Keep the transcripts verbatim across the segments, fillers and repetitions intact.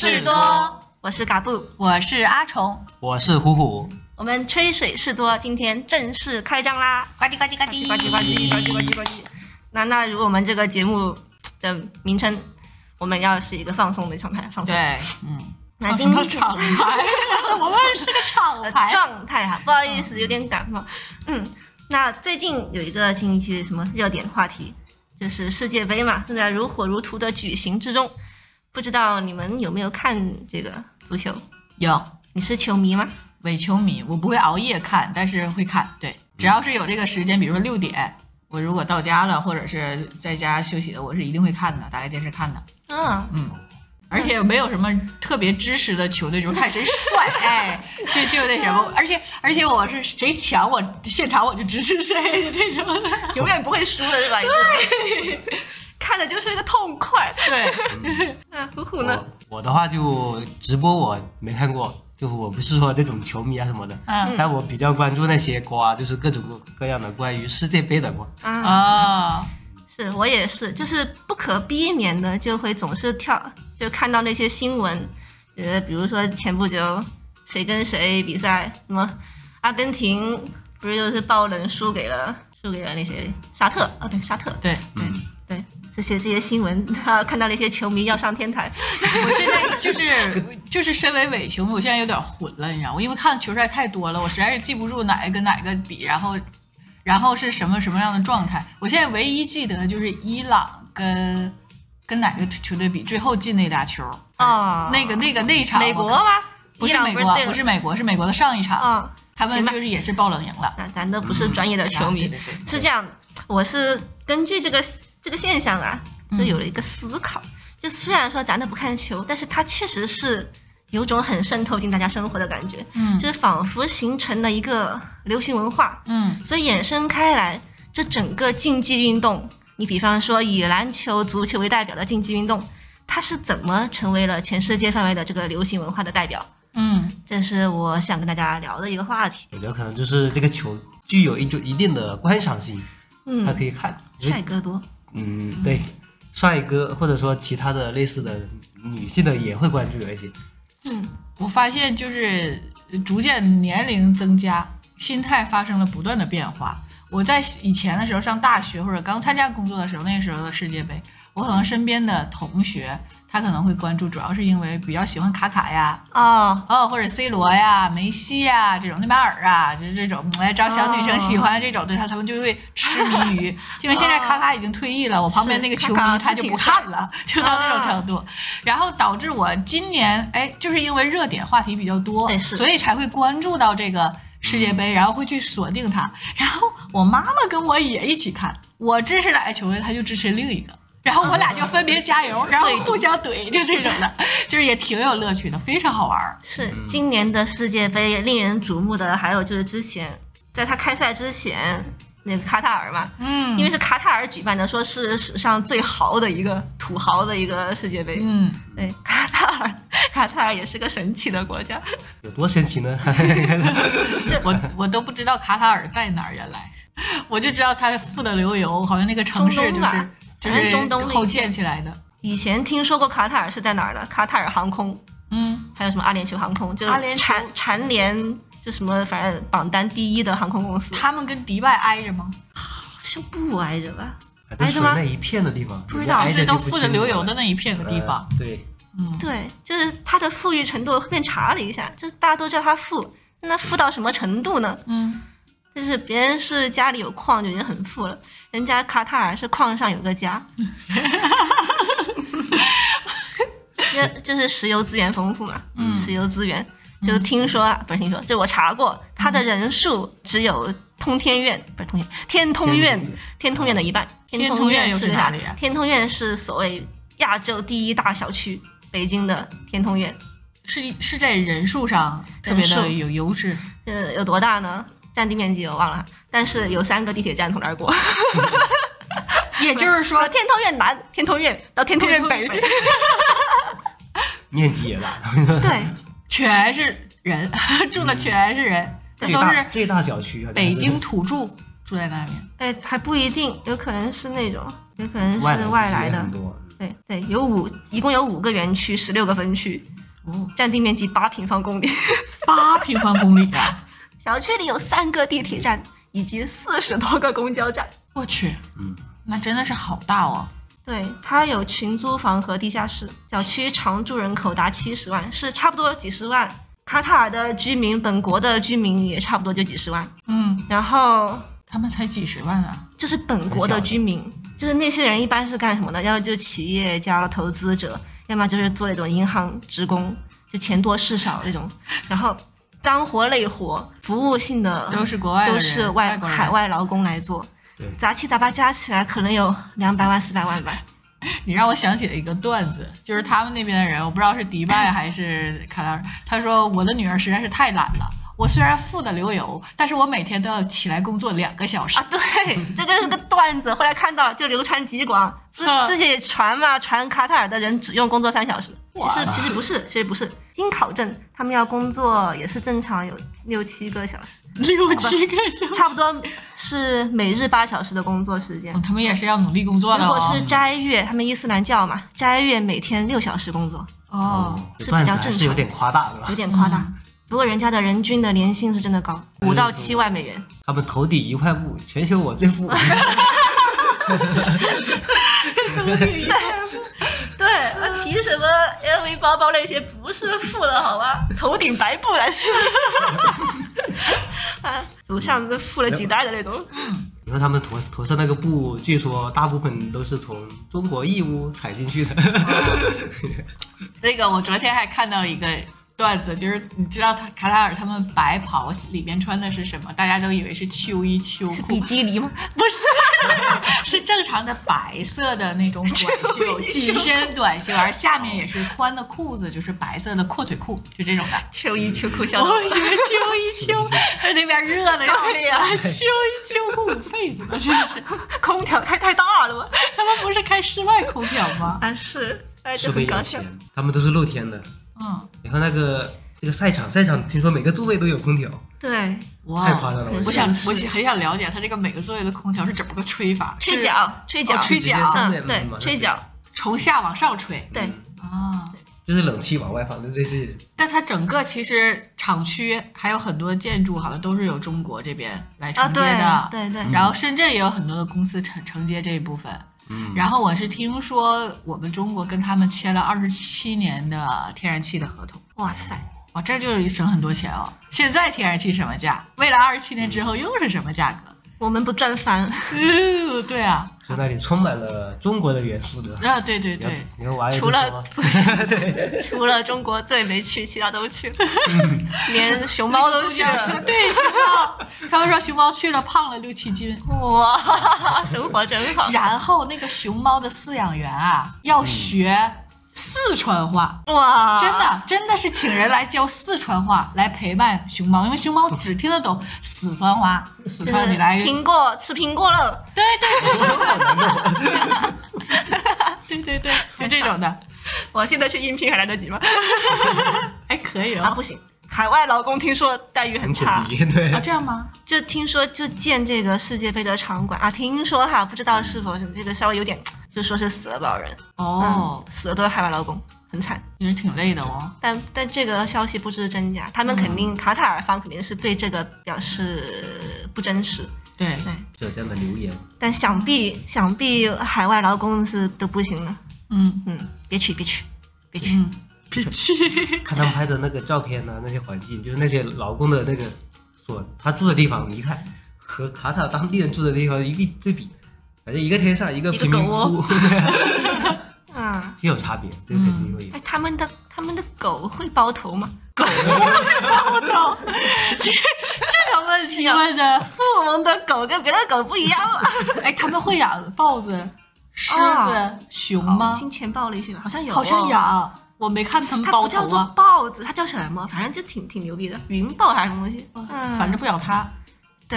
事多， 我是嘎布， 我是阿虫， 我是虎虎。 我们吹水事多，今天正式开张啦！ 呱唧呱唧呱唧呱唧呱唧呱唧呱唧呱唧。那那如果我们这个节目的名称，我们要是一个放松的状态，放松。 对，嗯。 那今天厂牌，我们是个厂牌状态哈，不好意思，有点感冒。嗯，那最近有一个近期什么热点话题，就是世界杯嘛，正在如火如荼的举行之中。不知道你们有没有看这个足球？ 有， 你是球迷吗？ 伪球迷，我不会熬夜看，但是会看。对，只要是有这个时间，比如说六点，我如果到家了，或者是在家休息的，我是一定会看的，打开电视看的。 嗯嗯。而且没有什么特别支持的球队，就是看谁帅，哎，就就那什么。而且而且我是谁抢我现场我就支持谁，这种的永远不会输的是吧？对，看的就是一个痛快。 对， 嗯，虎虎呢？ 我, 我的话就直播我没看过，就我不是说这种球迷啊什么的， 嗯， 但我比较关注那些瓜，就是各种各样的关于世界杯的瓜啊。哦， 是我也是，就是不可避免的就会总是跳，就看到那些新闻，呃，比如说前不久谁跟谁比赛，什么阿根廷不是就是爆冷输给了输给了那些沙特，哦对，沙特， 对对、 嗯、 对，这些这些新闻，啊，看到那些球迷要上天台， 我现在就是就是身为伪球迷，我现在有点混了，你知道吗？因为看球赛太多了，我实在是记不住哪个跟哪个比，然后。然后是什么什么样的状态？我现在唯一记得就是伊朗跟跟哪个球队比，最后进那俩球啊、哦， 那个那个那场美国吗？ 不是美国，不是美国，是美国的上一场， 哦、 他们就是也是爆冷赢了。 那咱都不是专业的球迷， 嗯啊、对对对是这样。我是根据这个这个现象啊，是有了一个思考。嗯、就虽然说咱都不看球，但是它确实是。有种很渗透进大家生活的感觉， 嗯， 就是仿佛形成了一个流行文化， 嗯， 所以衍生开来，这整个竞技运动，你比方说以篮球、足球为代表的竞技运动，它是怎么成为了全世界范围的这个流行文化的代表？ 嗯， 这是我想跟大家聊的一个话题。 我觉得可能就是这个球具有一种一定的观赏性， 嗯， 它可以看帅哥多， 嗯，对，帅哥或者说其他的类似的女性的也会关注有一些。 嗯， 我发现就是逐渐年龄增加，心态发生了不断的变化。我在以前的时候上大学或者刚参加工作的时候，那个时候的世界杯，我可能身边的同学他可能会关注，主要是因为比较喜欢卡卡呀， 哦哦，或者 C 罗呀、梅西呀这种，内马尔啊，就是这种来找小女生喜欢这种，哦、对他他们就会痴迷于。因为现在卡卡已经退役了，哦、我旁边那个球迷他就不看了，就到这种程度，然后导致我今年哎，就是因为热点话题比较多，所以才会关注到这个。世界杯，然后会去锁定它，然后我妈妈跟我也一起看，我支持哪个球队，她就支持另一个，然后我俩就分别加油，然后互相怼，就这种的，就是也挺有乐趣的，非常好玩。 是今年的世界杯令人瞩目的，还有就是之前在他开赛之前。那个卡塔尔嘛， 嗯， 因为是卡塔尔举办的，说是史上最豪的一个土豪的一个世界杯， 嗯， 对，卡塔尔，卡塔尔也是个神奇的国家， 有多神奇呢？ 我我都不知道卡塔尔在哪儿，原来我就知道它富得流油，好像那个城市就是就是中东后建起来的。 以前听说过卡塔尔是在哪儿的，卡塔尔航空， 嗯， 还有什么阿联酋航空，就蝉蝉联。就什么反正榜单第一的航空公司， 他们跟迪拜挨着吗？ 好像不挨着吧？ 挨着吗？那一片的地方， 不知道， 就是都富得流油的那一片的地方。 呃、对， 嗯，对，就是它的富裕程度，后面查了一下，就是大家都知道它富，那富到什么程度呢？ 嗯， 就是别人是家里有矿就已经很富了，人家卡塔尔是矿上有个家。这就是石油资源丰富嘛， 嗯， 石油资源。就听说啊，不是听说，就我查过，它的人数只有通天院，不是通天，天通苑，天通苑的一半。 天通苑又是哪里啊？ 天通苑是所谓亚洲第一大小区，北京的天通苑， 是是在人数上特别的有优势。 呃，有多大呢？占地面积我忘了，但是有三个地铁站从那儿过。 也就是说， 天通苑南、天通苑到天通苑北， 面积也大。 对。 全是人，住的全是人，这、嗯、都是最大小区， 北京土著住在那边。 哎，还不一定，有可能是那种，有可能是外来的。 对对，有五，一共有五个园区，十六个分区， 哦， 占地面积八平方公里。 八平方公里啊！ 小区里有三个地铁站以及四十多个公交站。 我去， 嗯， 那真的是好大哦。 对，它有群租房和地下室，小区常住人口达七十万，是差不多几十万。卡塔尔的居民，本国的居民也差不多就几十万。 嗯， 然后他们才几十万啊。 就是本国的居民，就是那些人一般是干什么的？要么就企业家、投资者，要么就是做那种银行职工，就钱多事少那种。然后脏活累活、服务性的都是国外的人， 都是外外国人海外劳工来做。 对， 杂七杂八加起来可能有两百万、四百万吧。 你让我想起了一个段子，就是他们那边的人，我不知道是迪拜还是卡塔尔，他说我的女儿实在是太懒了。我虽然富得流油，但是我每天都要起来工作两个小时啊！对，这个是个段子，后来看到就流传极广，自自己传嘛，传卡塔尔的人只用工作三小时。其实其实不是，其实不是，经考证，他们要工作也是正常有六七个小时， 六七个小时， 差不多是每日八小时的工作时间。 哦、他们也是要努力工作的、哦。 如果是斋月，他们伊斯兰教嘛，斋月每天六小时工作。 哦， 是比较正常， 是有点夸大的吧？ 有点夸大。嗯，不过人家的人均的年薪是真的高，五到七万美元。 他们头顶一块布，全球我最富。 对对，提什么 L V 包包那些不是富的好吧？头顶白布来是。啊，祖上是富了几代的那种。 你说他们头头上那个布，据说大部分都是从中国义乌采进去的。 那个我昨天还看到一个段子，就是你知道他卡塔尔他们白袍里面穿的是什么？大家都以为是秋衣秋裤， 是比基尼吗？ 不是，是正常的白色的那种短袖，紧身短袖，而下面也是宽的裤子，就是白色的阔腿裤，就这种的。 秋衣秋裤，小我以为秋衣秋，在那边热的要死呀， 秋衣秋裤痱子了，真是。 空调开太大了吗？ 他们不是开室外空调吗？ 啊是，哎， 是不是有钱？他们都是露天的。 嗯， 然后那个这个赛场，赛场听说每个座位都有空调， 对， 哇， 太夸张了！ 我想，我很想了解它这个每个座位的空调是怎么个吹法？ 吹脚，吹脚， 哦、吹脚， 嗯，对，吹脚， 从下往上吹， 对， 啊， 就是冷气往外放，就这些。 但它整个其实厂区还有很多建筑，好像都是由中国这边来承接的， 啊、对对对。 然后深圳也有很多的公司承承接这一部分。 嗯， 然后我是听说我们中国跟他们签了二十七年的天然气的合同。 哇塞， 哇，这就省很多钱哦。现在天然气什么价？未来二十七年之后又是什么价格？ 我们不赚翻。 嗯，对啊， 就那里充满了中国的元素的。 啊，对对对。 你看娃也除了对， 除了中国队没去，其他都去了，嗯、连熊猫都去了。 对，熊猫，他们说熊猫去了胖了六七斤。 哇，生活真好。 然后那个熊猫的饲养员啊，要学。嗯四川话哇， 真的真的是请人来教四川话来陪伴熊猫，因为熊猫只听得懂四川话。四川你来苹果吃苹果了， 对对对对对对，就这种的。 我现在去应聘还来得及吗？ 还可以哦， 啊不行，海外劳工听说待遇很差， 很对啊这样吗？ 就听说就建这个世界杯的场馆啊，听说哈，不知道是否是这个稍微有点。就说是死了不少人哦、 嗯，死了都是海外劳工，很惨， 也是挺累的哦。 但但这个消息不知真假，他们肯定、嗯、卡塔尔方肯定是对这个表示不真实。 对对， 就有这样的留言。 但想必想必海外劳工是都不行了。 嗯嗯，别去别去别去、 嗯、别去！ 看他们拍的那个照片呢、啊，那些环境，就是那些劳工的那个所他住的地方，你一看和卡塔当地人住的地方一个对比。反正一个天上，一个贫民窟， 啊， 也有差别，这个肯定会有。 哎，他们的他们的狗会包头吗？ 狗会包头，这个问题问的， 富翁的狗跟别的狗不一样啊。 哎，他们会养豹子、狮子、哦、熊吗？ 金钱豹那些好像有、哦， 好像养，我没看他们包头啊。 它不叫做豹子，它叫什么？反正就挺挺牛逼的，云豹还是什么东西？ 嗯，反正不咬它。 对。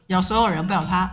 咬所有人不咬他。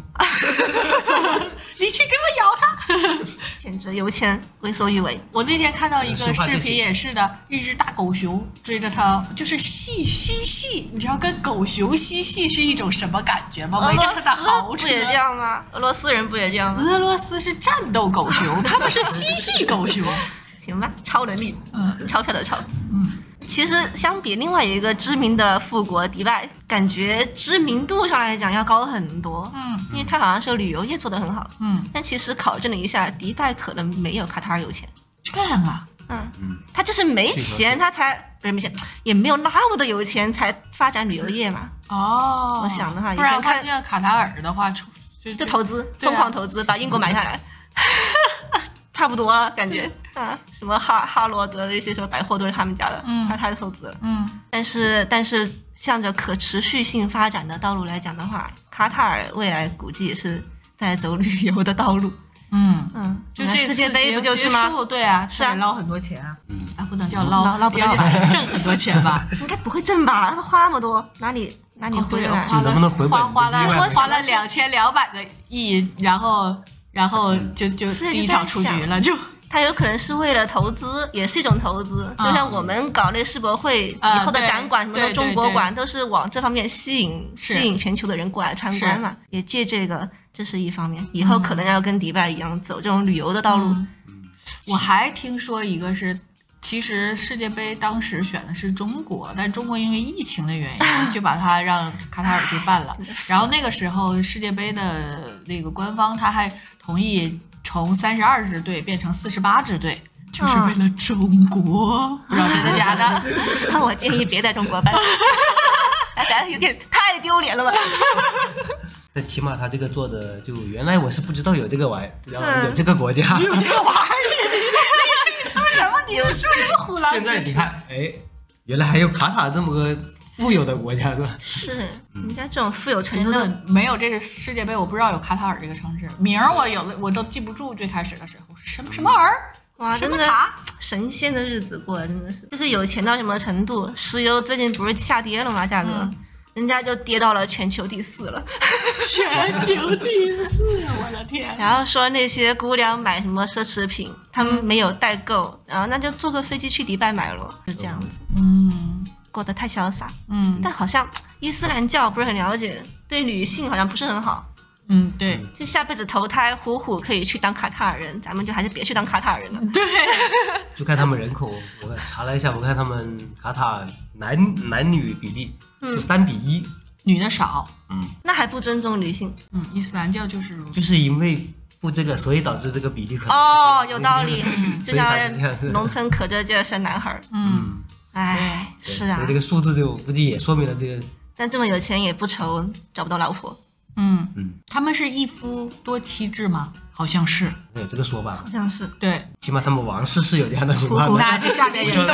你去给我咬他！ 简直有钱为所欲为。 我那天看到一个视频，也是的，一只大狗熊追着它，就是戏嬉戏。你知道跟狗熊嬉戏是一种什么感觉吗？围着它的豪车。 不也这样吗？俄罗斯人不也这样吗？ 俄罗斯是战斗狗熊，他们是嬉戏狗熊。 行吧，超能力， 嗯， 钞票的钞， 嗯。 其实相比另外一个知名的富国迪拜，感觉知名度上来讲要高很多。 嗯， 因为它好像是旅游业做得很好。 嗯， 但其实考证了一下，迪拜可能没有卡塔尔有钱。 这样啊？ 嗯嗯，他就是没钱，他才不是没钱，也没有那么的有钱才发展旅游业嘛。 哦， 我想的话， 不然看像卡塔尔的话，就就投资，疯狂投资，把英国买下来。差不多了，感觉啊，什么哈哈罗德的一些什么百货都是他们家的， 嗯， 他他的投资， 嗯， 但是但是向着可持续性发展的道路来讲的话，卡塔尔未来估计也是在走旅游的道路， 嗯嗯， 就这世界杯不就是吗？ 对啊， 是啊， 捞很多钱啊， 嗯， 啊不能叫捞， 捞捞不到， 挣很多钱吧？ 应该不会挣吧？他花那么多，哪里哪里回来？ 花了花花了花了两千两百个亿，然后。然后就就第一场出局了，就他有可能是为了投资，也是一种投资。就像我们搞那世博会以后的展馆，什么中国馆，都是往这方面吸引吸引全球的人过来参观嘛。也借这个，这是一方面。以后可能要跟迪拜一样走这种旅游的道路。 我还听说一个是。其实世界杯当时选的是中国，但中国因为疫情的原因，就把它让卡塔尔去办了。然后那个时候世界杯的那个官方他还同意从三十二支队变成四十八支队，就是为了中国。不知道真的假的？ 那我建议别在中国办，大家有点太丢脸了吧？ 但起码他这个做的，就原来我是不知道有这个玩意，然后有这个国家， 有这个玩意。你说什么？你说什么虎狼之词？ 现在你看，哎，原来还有卡塔这么个富有的国家是吧？ 是，人家这种富有程度的没有这个世界杯，我不知道有卡塔尔这个城市名儿，我有的我都记不住。最开始的时候，什么什么尔？ 哇，真的神仙的日子过，真的是，就是有钱到什么程度？石油最近不是下跌了吗？价格。嗯，人家就跌到了全球第四了， 全球第四，我的天！ 然后说那些姑娘买什么奢侈品，他们没有代购，然后那就坐个飞机去迪拜买了，就这样子。 嗯， 过得太潇洒。 嗯， 但好像伊斯兰教不是很了解，对女性好像不是很好。 嗯，对， 就下辈子投胎，虎虎可以去当卡塔尔人，咱们就还是别去当卡塔尔人了。 对， 就看他们人口，我查了一下，我看他们卡塔尔男男女比例是三比一， 女的少。 嗯， 那还不尊重女性。 嗯，伊斯兰教就是如此， 就是因为不这个，所以导致这个比例可能哦，有道理。就像是农村可着劲儿生男孩。 嗯， 哎，是啊， 所以这个数字就估计也说明了这个。 但这么有钱也不愁找不到老婆。 嗯嗯，他们是一夫多妻制吗？好像是， 有这个说法， 好像是。 对， 起码他们王室是有这样的情况的。 那就下面也是。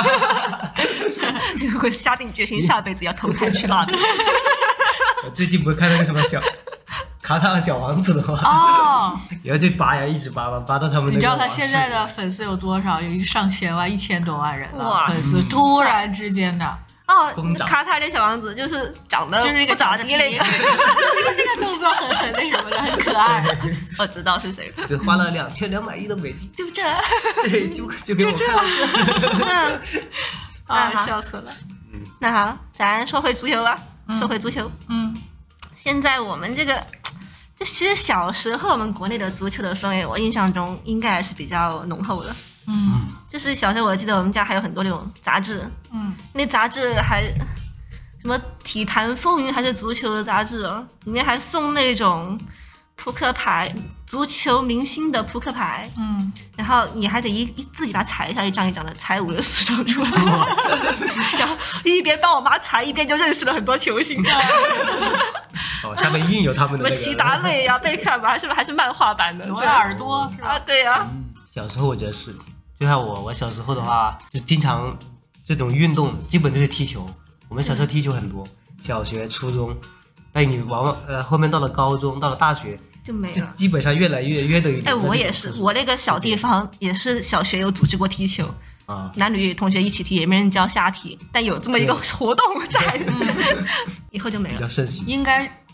如果下定决心下辈子要投胎去那里。 我最近不是看那个什么小卡塔尔小王子的话， 哦， 然后就扒呀，一直扒扒扒到他们那个。 你知道他现在的粉丝有多少？有上千万、一千多万人了，粉丝突然之间的。 哦，卡塔尔小王子就是长得就是那个长得低那个， 这个这个动作很很那什么的，很可爱。 我知道是谁了， 就花了两千两百亿的美金， 就这， 对，就就给我看。 啊，笑死了。 那好，咱说回足球吧，说回足球。 嗯， 现在我们这个，就其实小时候我们国内的足球的氛围，我印象中应该还是比较浓厚的。 嗯， 就是小时候我记得我们家还有很多那种杂志， 嗯， 那杂志还什么体坛风云还是足球的杂志哦，里面还送那种扑克牌，足球明星的扑克牌， 嗯， 然后你还得一一自己把它裁一下，一张一张的裁五六十张出来，然后一边帮我妈裁，一边就认识了很多球星。 哦，下面印有他们的那个。 什么齐达内呀、贝克汉姆，是不是还是漫画版的？ 罗纳尔多是吧？ 啊，对呀、啊。 嗯，小时候我觉得是。就像我，我小时候的话，就经常这种运动，基本就是踢球。我们小时候踢球很多，小学、初中，但你往往呃后面到了高中，到了大学就没了， 就基本上越来越约等于。 哎，我也是，我那个小地方也是小学有组织过踢球，啊，男女同学一起踢，也没人教瞎踢，但有这么一个活动在，以后就没了。 比较盛行， 应该。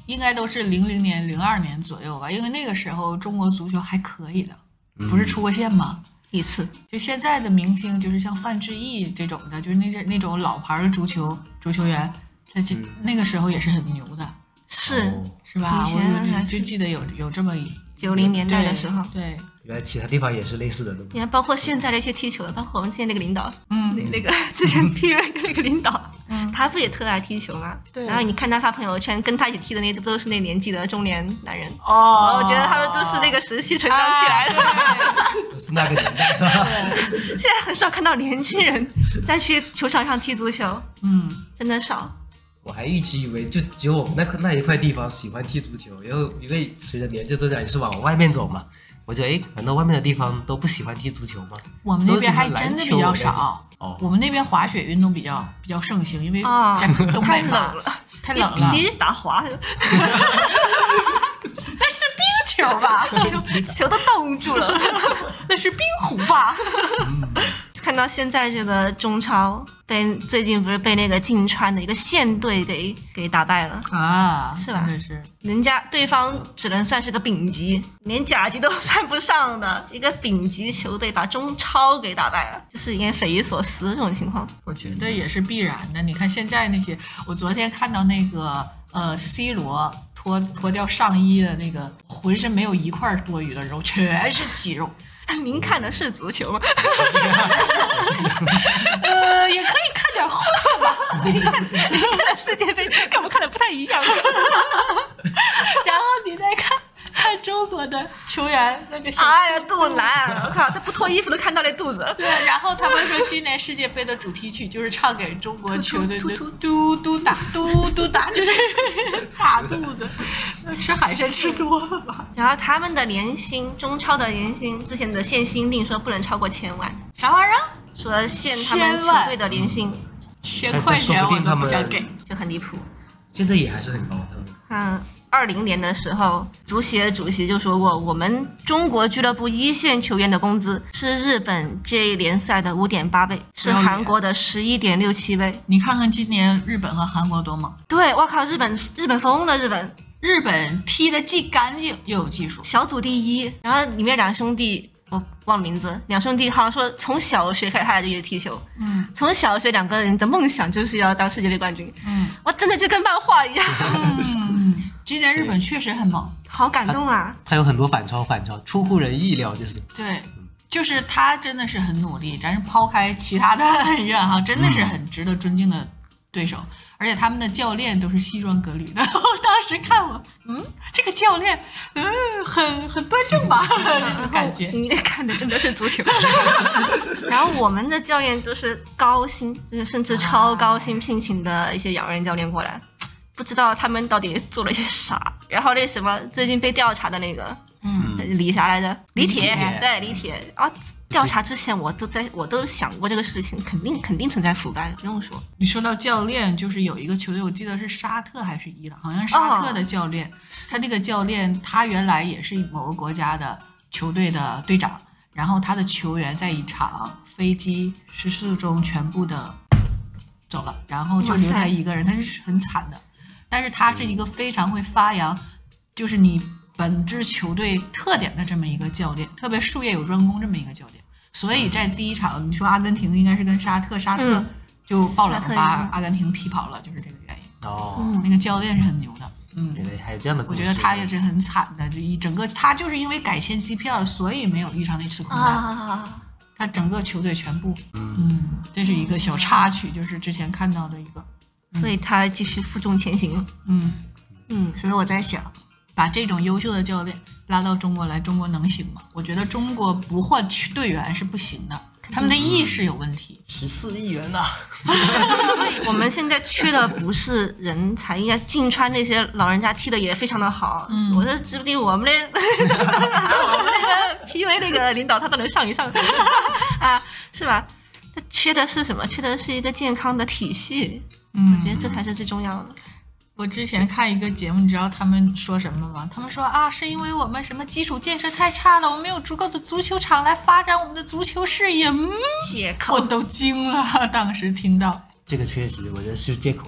应该都是零零年、零二年左右吧，因为那个时候中国足球还可以的，不是出过线吗？ 一次。 就现在的明星，就是像范志毅这种的，就是那那种老牌的足球足球员，他就、嗯、那个时候也是很牛的， 是、 哦、 是吧？我就就记得有有这么九零年代的时候， 对。对原来其他地方也是类似的，对吧？ 你看，包括现在的一些踢球的，包括我们之前那个领导，嗯，那那个之前 P V 的那个领导，嗯，他不也特爱踢球吗？对。然后你看他发朋友圈，跟他一起踢的那都是那年纪的中年男人。哦。我觉得他们都是那个时期成长起来的。 都是那个年代。 现在很少看到年轻人再去球场上踢足球，嗯，真的少。 我还一直以为就只有我们那那一块地方喜欢踢足球，然后因为随着年纪增长也是往外面走嘛。我觉得哎，难道外面的地方都不喜欢踢足球吗？ 我们那边还真的比较少。哦，我们那边滑雪运动比较比较盛行，因为在东北嘛，太冷了， 皮打滑。 那是冰球吧？ 球球都冻住了， 那是冰壶吧？ 看到现在这个中超被最近不是被那个晋川的一个县队给给打败了啊， 是吧？ 真的是， 人家对方只能算是个丙级，连甲级都算不上的一个丙级球队把中超给打败了，就是有点匪夷所思这种情况。 我觉得也是必然的。你看现在那些，我昨天看到那个呃 C 罗脱脱掉上衣的那个，浑身没有一块多余的肉，全是肌肉。 您看的是足球吗？ 呃，也可以看点后的吧。 你看，你看的世界杯跟我看的不太一样。 然后你再看看中国的球员那个小， 哎呀，肚腩！我靠，他不脱衣服都看到那肚子。 对，然后他们说今年世界杯的主题曲就是唱给中国球队的嘟嘟打嘟嘟打，就是大肚子。吃海鲜吃多了吧？ 然后他们的年薪，中超的年薪之前的限薪令说不能超过千万。 啥玩意儿？ 说限他们球队的年薪千块钱我都不想给， 就很离谱。 现在也还是很高的。 嗯。二零年的时候，足协主席就说过，我们中国俱乐部一线球员的工资是日本 J 联赛的五点八倍，是韩国的十一点六七倍。 你看看今年日本和韩国多猛！ 对，我靠，日本日本疯了，日本日本踢得既干净又有技术， 小组第一。然后里面两兄弟，我忘了名字，两兄弟好像说从小学开始他俩就一直踢球，嗯，从小学两个人的梦想就是要当世界杯冠军，嗯，我真的就跟漫画一样。 嗯，今年日本确实很猛， 好感动啊！ 他, 他有很多反超，反超出乎人意料，就是对，就是他真的是很努力。咱是抛开其他的人哈，真的是很值得尊敬的对手，嗯、而且他们的教练都是西装革履的。我当时看我，嗯，这个教练，嗯，很很端正吧，那种感觉。 你看的真的是足球。然后我们的教练都是高薪，就是甚至超高薪聘请的一些洋人教练过来。不知道他们到底做了些啥。然后那什么最近被调查的那个，嗯，李啥来着？李铁，对，李铁啊。调查之前我都在我都想过这个事情，肯定肯定存在腐败，不用说。 你说到教练，就是有一个球队，我记得是沙特还是伊朗，好像沙特的教练，哦、他那个教练他原来也是某个国家的球队的队长，然后他的球员在一场飞机失事中全部的走了，然后就留他一个人，他是很惨的。但是他是一个非常会发扬就是你本支球队特点的这么一个教练，特别术业有专攻这么一个教练。所以在第一场你说阿根廷应该是跟沙特，沙特就爆冷把阿根廷踢跑了，就是这个原因。哦，嗯、那个教练是很牛的。嗯， 原来还有这样的故事。 我觉得他也是很惨的，这一整个他就是因为改签机票，所以没有遇上那次空难。啊，他整个球队全部，嗯, 嗯，这是一个小插曲，就是之前看到的一个。 所以他继续负重前行。 嗯嗯，所以我在想，把这种优秀的教练拉到中国来，中国能行吗？我觉得中国不换队员是不行的，他们的意识有问题。 十四亿元呐！ 所以我们现在缺的不是人才，应该晋川那些老人家踢的也非常的好。嗯，我这指不定我们的我们那个 P V 那个领导他都能上一上啊，是吧？他缺的是什么？缺的是一个健康的体系。嗯，我觉得这才是最重要的。 我之前看一个节目，你知道他们说什么吗？他们说啊，是因为我们什么基础建设太差了，我们没有足够的足球场来发展我们的足球事业。嗯， 借口， 我都惊了，当时听到。 这个确实，我觉得是借口。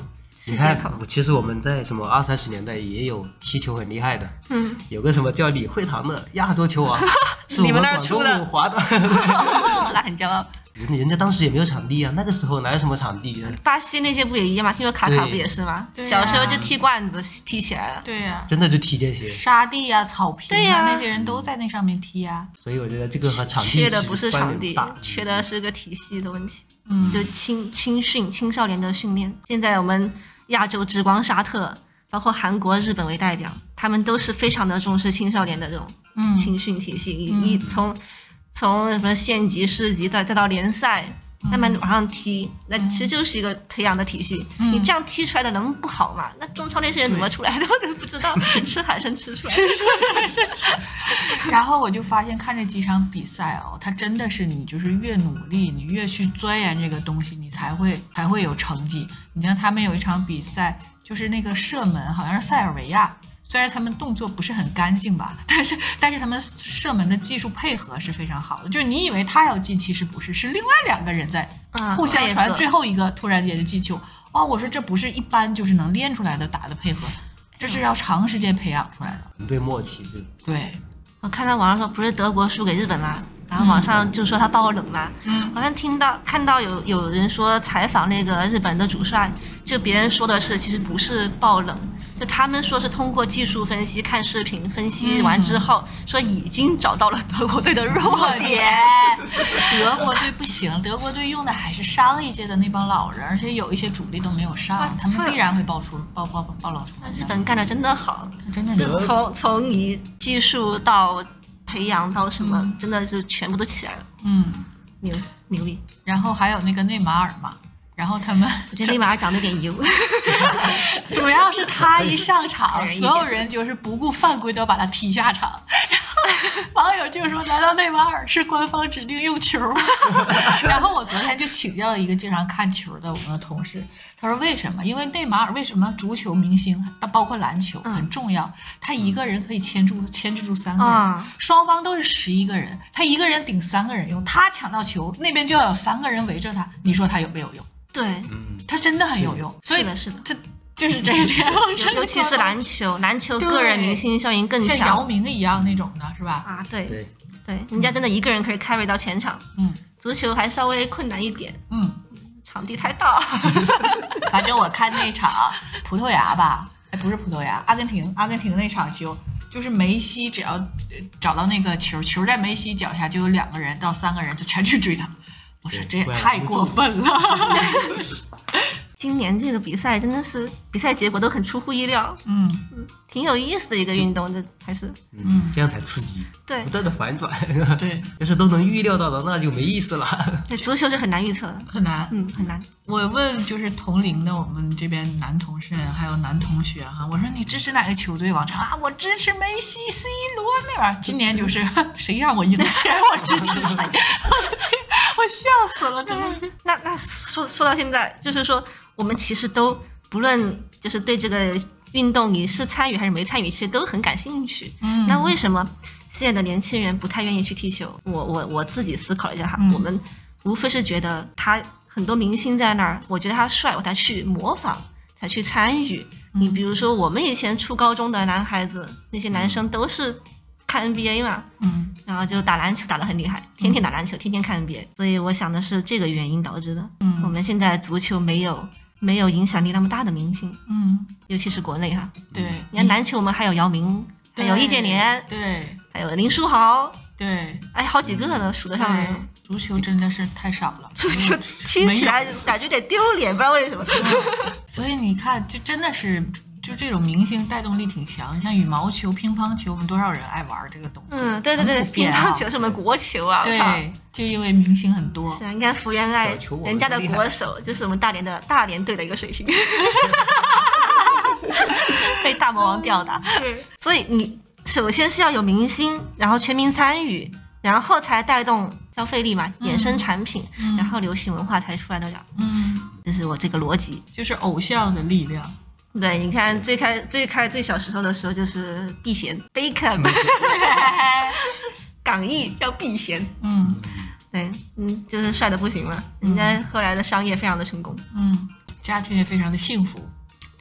你看，其实我们在什么二三十年代也有踢球很厉害的， 嗯， 有个什么叫李惠堂的亚洲球王，是我你们们广东那儿出的鲁华的， 那很骄傲。 人人家当时也没有场地啊，那个时候哪有什么场地？ 巴西那些不也一样吗？听说卡卡对不也是吗？ 对啊小时候就踢罐子踢起来了。 对呀、 真的就踢这些， 沙地呀、草坪对呀呀，那些人都在那上面踢啊。 所以我觉得这个和场地缺的不是场地其实关联不大， 缺的是个体系的问题。 嗯， 就青青训青少年的训练。现在我们亚洲之光沙特，包括韩国、日本为代表，他们都是非常的重视青少年的这种嗯青训体系，一、 嗯一从从什么县级、市级再再到联赛。慢慢往上踢，那其实就是一个培养的体系。 嗯你这样踢出来的能不好吗？那中超那些人怎么出来的，我都不知道。吃海参吃出来的。 然后我就发现看这几场比赛哦，它真的是你就是越努力，你越去钻研这个东西，你才会才会有成绩。你像他们有一场比赛，就是那个射门，好像是塞尔维亚。虽然他们动作不是很干净吧，但是但是他们射门的技术配合是非常好的。就是你以为他要进，其实不是，是另外两个人在嗯互相传， 配合最后一个突然间就进球。哦，我说这不是一般就是能练出来的打的配合，这是要长时间培养出来的。 团队默契，对对， 我看到网上说不是德国输给日本吗？然后网上就说他爆冷嘛， 嗯， 好像听到看到有有人说采访那个日本的主帅，就别人说的是其实不是爆冷，就他们说是通过技术分析、看视频分析完之后，嗯、说已经找到了德国队的弱点。 德国队不行，德国队用的还是上一届的那帮老人，而且有一些主力都没有上，他们必然会爆出爆爆爆露出来。 日本干的真的好， 真的就从从你技术到培养到什么， 嗯、 真的是全部都起来了。 嗯， 牛牛逼。 然后还有那个内马尔嘛，然后他们我觉得内马尔长得有点油， 主要是他一上场，所有人就是不顾犯规都把他踢下场。然后网友就说：“难道内马尔是官方指定用球吗？”然后我昨天就请教了一个经常看球的我们的同事，他说：“为什么？因为内马尔为什么足球明星，包括篮球很重要？他一个人可以牵住牵制住三个人， 嗯、 双方都是十一个人，他一个人顶三个人用，他抢到球，那边就要有三个人围着他，你说他有没有用？ 对， 嗯， 他真的很有用。所以是的，是的， 这。”就是这一点， 尤其是篮球，篮球个人明星效应更强， 像姚明一样那种的，是吧？ 啊，对对对，人家真的一个人可以 carry 到全场。 嗯， 足球还稍微困难一点， 嗯， 场地太大。 反正我看那场葡萄牙吧，哎，不是葡萄牙，阿根廷，阿根廷那场球，就是梅西只要找到那个球，球在梅西脚下，就有两个人到三个人就全去追他。我说这也太过分了。 今年这个比赛真的是比赛结果都很出乎意料， 嗯， 挺有意思的一个运动，这还是嗯，这样才刺激， 对， 不断的反转， 对， 要是都能预料到的，那就没意思了。 对，足球是很难预测的， 很难， 嗯，很难。 我问就是同龄的我们这边男同事还有男同学哈，我说你支持哪个球队？往常啊，我支持梅西、C 罗那玩意儿。今年就是谁让我赢钱，我支持谁。我笑死了，真的是。 那那说说到现在，就是说我们其实都不论就是对这个运动你是参与还是没参与，其实都很感兴趣。 嗯， 那为什么现在的年轻人不太愿意去踢球？我我我自己思考了一下哈， 嗯、 我们无非是觉得他很多明星在那儿，我觉得他帅，我才去模仿，才去参与。 嗯、 你比如说我们以前初高中的男孩子，那些男生都是看 N B A 嘛， 嗯， 然后就打篮球打得很厉害，天天打篮球，天天看 N B A， 所以我想的是这个原因导致的。 嗯， 我们现在足球没有没有影响力那么大的明星， 嗯， 尤其是国内哈。 对， 你看篮球我们还有姚明，还有易建联， 对， 还有林书豪， 对， 哎，好几个呢，数得上来。 足球真的是太少了， 足球踢起来感觉有点丢脸，不知道为什么。 所以你看，就真的是。就这种明星带动力挺强，像羽毛球、乒乓球，我们多少人爱玩这个东西？ 嗯，对对对，乒乓球是我们国球啊。 对，就因为明星很多。 是啊，你看福原爱，人家的国手就是我们大连的大连队的一个水平，被大魔王吊打。 对， 所以你首先是要有明星，然后全民参与，然后才带动消费力嘛，衍生产品， 嗯、 然后流行文化才出来得了。 嗯， 这是我这个逻辑， 就是偶像的力量。 对，你看最开最开最小时候的时候就是避嫌 ，Beckham， 港译叫避嫌， 嗯， 对，嗯，就是帅的不行了，人家后来的商业非常的成功， 嗯，家庭也非常的幸福，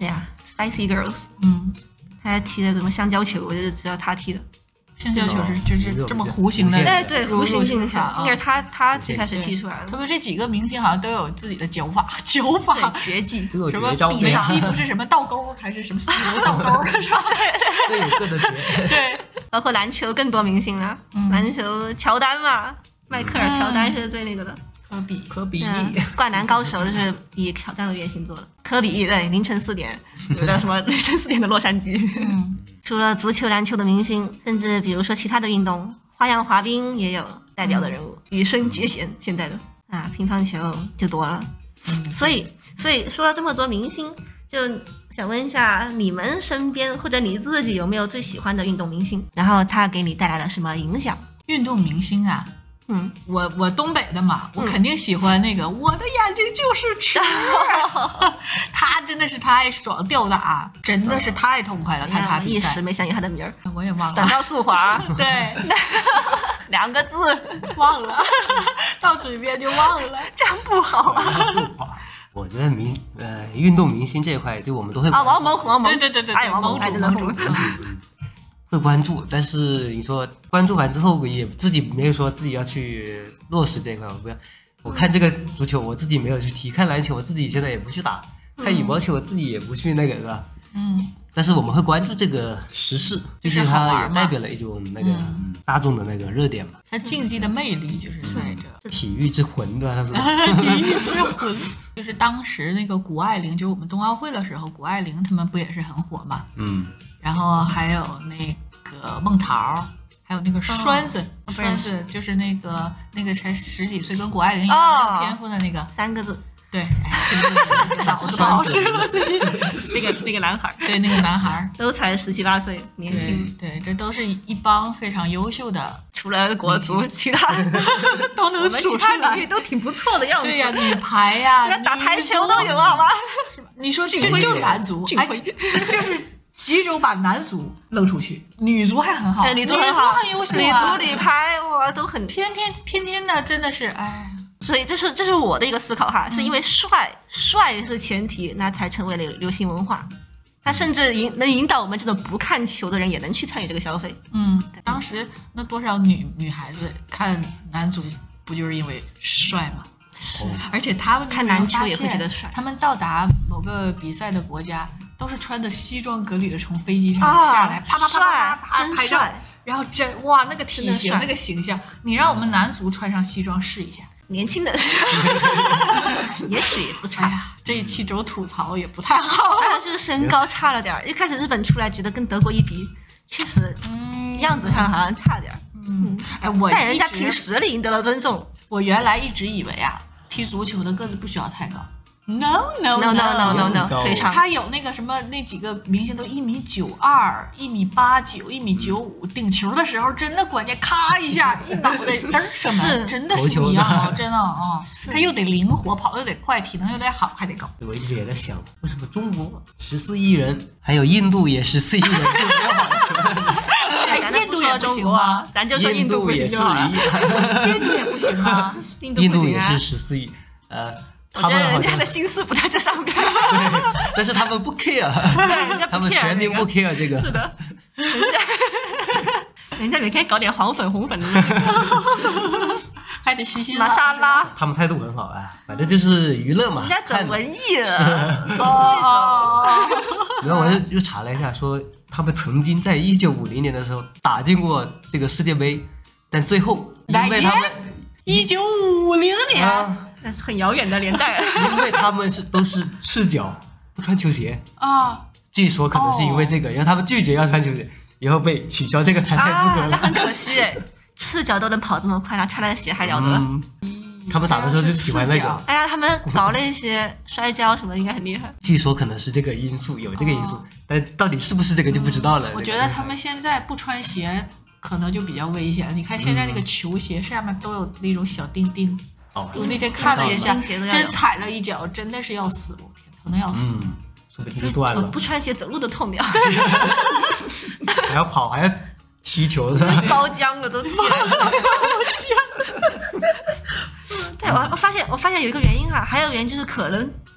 对呀、啊、，Spicy Girls， 嗯， 他踢的什么香蕉球，我就知道他踢的。 香蕉球是就是这么弧形的， 哎，对，弧形进球， 应该是他他最开始踢出来的。 特别这几个明星好像都有自己的脚法，脚法绝技， 都有什么绝招。 梅西不是什么倒钩还是什么 C 罗倒钩是吧？ 各有各的绝。 对， 包括篮球更多明星啊， 嗯、 篮球乔丹嘛，迈克尔乔丹是最那个的。 科比， 科比， 嗯、灌篮高手就是以挑战为原型做的。科比对，凌晨四点，有的什么凌晨四点的洛杉矶。 嗯， 除了足球、篮球的明星，甚至比如说其他的运动，花样滑冰也有代表的人物，羽生结弦现在的啊，乒乓球就多了。 嗯， 所以所以说了这么多明星，就想问一下你们身边或者你自己有没有最喜欢的运动明星？然后他给你带来了什么影响？ 运动明星啊。 嗯， 我我东北的嘛，我肯定喜欢那个、嗯、我的眼睛就是吃，他真的是太爽，吊打真的是太痛快了，看他比赛。 一时没想起他的名儿， 我也忘了。 短道速滑， 对， 两个字忘了，到嘴边就忘了， 这样不好啊。 我觉得明呃运动明星这一块，就我们都会啊，王蒙，王蒙， 对对对对， 哎，王蒙主， 蒙主。 会关注，但是你说关注完之后也自己没有说自己要去落实这一块，我不要。我看这个足球我自己没有去踢，看篮球我自己现在也不去打，看羽毛球我自己也不去那个，是吧？ 嗯。 但是我们会关注这个时事，毕竟它也代表了一种那个大众的那个热点嘛。 它竞技的魅力就是在这。 体育之魂，对吧？他说。 体育之魂，就是当时那个谷爱凌，就我们冬奥会的时候，谷爱凌他们不也是很火嘛？ 嗯。 然后还有那个孟桃，还有那个栓子， 哦、 栓子就是那个那个才十几岁，跟谷爱凌一样有天赋的那个， 三个字。 对，脑子不好使了，最近。 那个那个男孩， 对，那个男孩都才十七八岁，年轻。 对，这都是一帮非常优秀的， 除了国足，其他都能数出来， 领域都挺不错的样子。 对呀，女排呀， 打台球都有好吗？ 你说这就男足，哎，就是集中把男足扔出去，女足还很好， 女足很好， 很优秀， 女足、女排哇都很天天天天的，真的是哎。 所以这是这是我的一个思考哈，嗯、是因为帅帅是前提，那才成为了流行文化。它甚至引能引导我们这种不看球的人也能去参与这个消费。 嗯，当时那多少女女孩子看男足，不就是因为帅吗？ 是， 而且他们看篮球也会觉得帅。 他们到达某个比赛的国家，都是穿着西装革履的从飞机上下来，啪啪啪啪啪拍照，然后真哇那个体型那个形象，你让我们男足穿上西装试一下。 年轻的也许也不差、 哎、呀，这一期走吐槽也不太好， 当然就是身高差了点儿。一开始日本出来觉得跟德国一比，确实，嗯，样子上好像差点儿。 嗯，哎，我但人家凭实力赢得了尊重。 我原来一直以为啊，踢足球的个子不需要太高。No no no no no no， 腿长。 他有那个什么，那几个明星都一米九二、一米八九、一米九五，顶球的时候真的关键，咔一下一脑袋嘚什么，真的是不一样啊，真的啊，他又得灵活，跑又得快，体能又得好，还得高。 我一直也在想，为什么中国十四亿人，还有印度也十四亿人，就没有好球？ 哎，印度也不行吗？ 咱就说印度不行就好了。 印度也不行吗？ 印度也是十四亿，呃。 我觉得人家的心思不在这上面， 但是他们不 care， 他们全民不 care 这个。 是的，人家人家每天搞点黄粉红粉的， 还得洗洗玛莎拉。 他们态度很好啊，反正就是娱乐嘛。 人家整文艺了， 哦。 然后我就又查了一下，说他们曾经在一九五零年的时候打进过这个世界杯，但最后因为他们一九五零年。 啊那是很遥远的年代， 因为他们是都是赤脚，不穿球鞋啊。 据说可能是因为这个，然后他们拒绝要穿球鞋，以后被取消这个参赛资格了。 那很可惜，赤脚都能跑这么快，那穿了鞋还了得？ 嗯，他们打的时候就喜欢那个。 哎呀，他们搞那些摔跤什么，应该很厉害。 据说可能是这个因素，有这个因素，但到底是不是这个就不知道了。 我觉得他们现在不穿鞋可能就比较危险。你看现在那个球鞋上面都有那种小钉钉。 哦， 我那天看了一下，真踩了一脚，真的是要死，我天，疼的要死， 嗯，说不定就断了。 不穿鞋走路都痛掉， 还要跑，还要踢球的， 包浆了都。包浆。对，我我发现我发现有一个原因啊，还有原因就是可能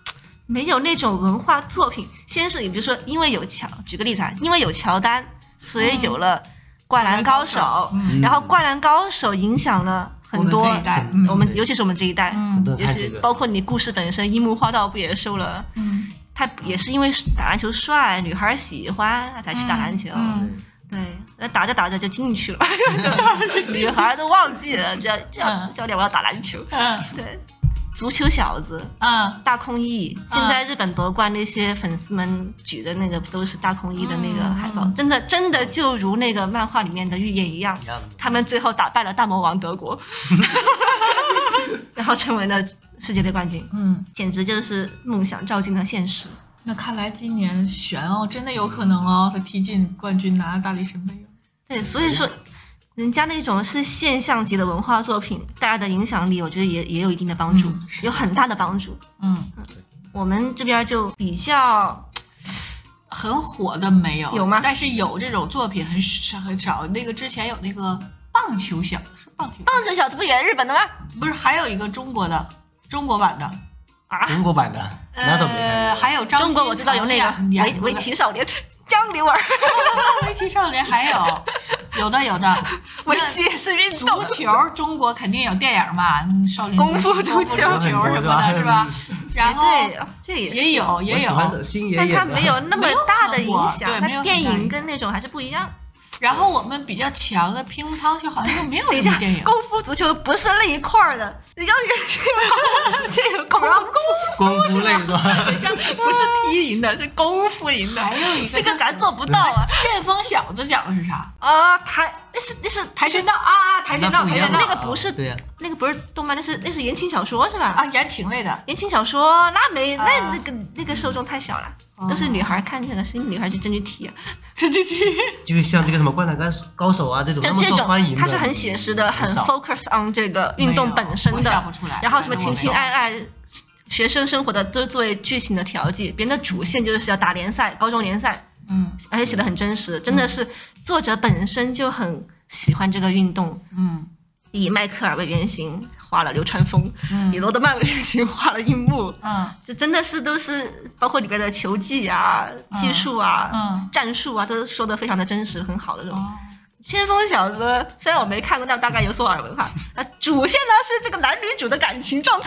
没有那种文化作品。先是，也就是说，因为有乔，举个例子啊，因为有乔丹，所以有了《灌篮高手》， 嗯、 然后《灌篮高手》影响了很多我们这一代，嗯、 我们尤其是我们这一代， 嗯， 尤其包括你故事本身，樱木花道不也受了， 嗯， 他也是因为打篮球帅，女孩喜欢才去打篮球。 嗯嗯对，那打着打着就进去了，女孩都忘记了，这样这样，教练我要打篮球。 嗯， 对，足球小子， 嗯， 大空翼，现在日本夺冠那些粉丝们举的那个都是大空翼的那个海报， 嗯、 真的真的就如那个漫画里面的预言一样，他们最后打败了大魔王德国，然后成为了世界杯冠军。 嗯， 简直就是梦想照进了现实。 那看来今年悬哦，真的有可能哦，他踢进冠军拿大力神杯。 对，所以说，人家那种是现象级的文化作品，带来的影响力，我觉得也也有一定的帮助， 嗯、 有很大的帮助。 嗯， 我们这边就比较很火的没有， 有吗？ 但是有这种作品很少很少。那个之前有那个棒球小子，是棒球棒球小子不也是日本的吗？ 不是，还有一个中国的，中国版的。 啊， 中国版的，那倒没呃，还有张中国我知道有那个围围棋少年江流儿， 围棋少年还有有的有的， 围棋也是运动。 足球中国肯定有电影嘛，少林功夫足球什么的，是吧？然后对，这也也有也有， 但它没有那么大的影响， 它电影跟那种还是不一样。 然后我们比较强的乒乓球好像又没有什么电影。 功夫足球不是那一块儿的，人家这个功夫功夫类是吧？ 人家不是踢赢的，是功夫赢的。 还有一个这个咱做不到啊。 旋风小子讲的是啥啊？跆那是那是跆拳道啊，跆拳道跆拳道那个不是对呀， 那个不是动漫，那是那是言情小说是吧？ 啊，言情类的言情小说那没那那个那个受众太小了，都是女孩看这个，是女孩就真去踢啊， 真去踢。 就是像这个什么灌篮高手啊这种那么受欢迎的， 它是很写实的，很 focus on 这个运动本身的，然后什么情情爱爱。学生生活的都作为剧情的调剂，别人的主线就是要打联赛，高中联赛， 嗯， 而且写的很真实，真的是作者本身就很喜欢这个运动， 嗯， 以迈克尔为原型画了流川枫， 嗯， 以罗德曼为原型画了樱木， 嗯， 就真的是都是包括里边的球技啊、 嗯、 技术啊、 嗯、 战术啊，都说的非常的真实，很好的这种。 哦， 先锋小子虽然我没看过，但大概有所耳闻哈。那主线呢是这个男女主的感情状态，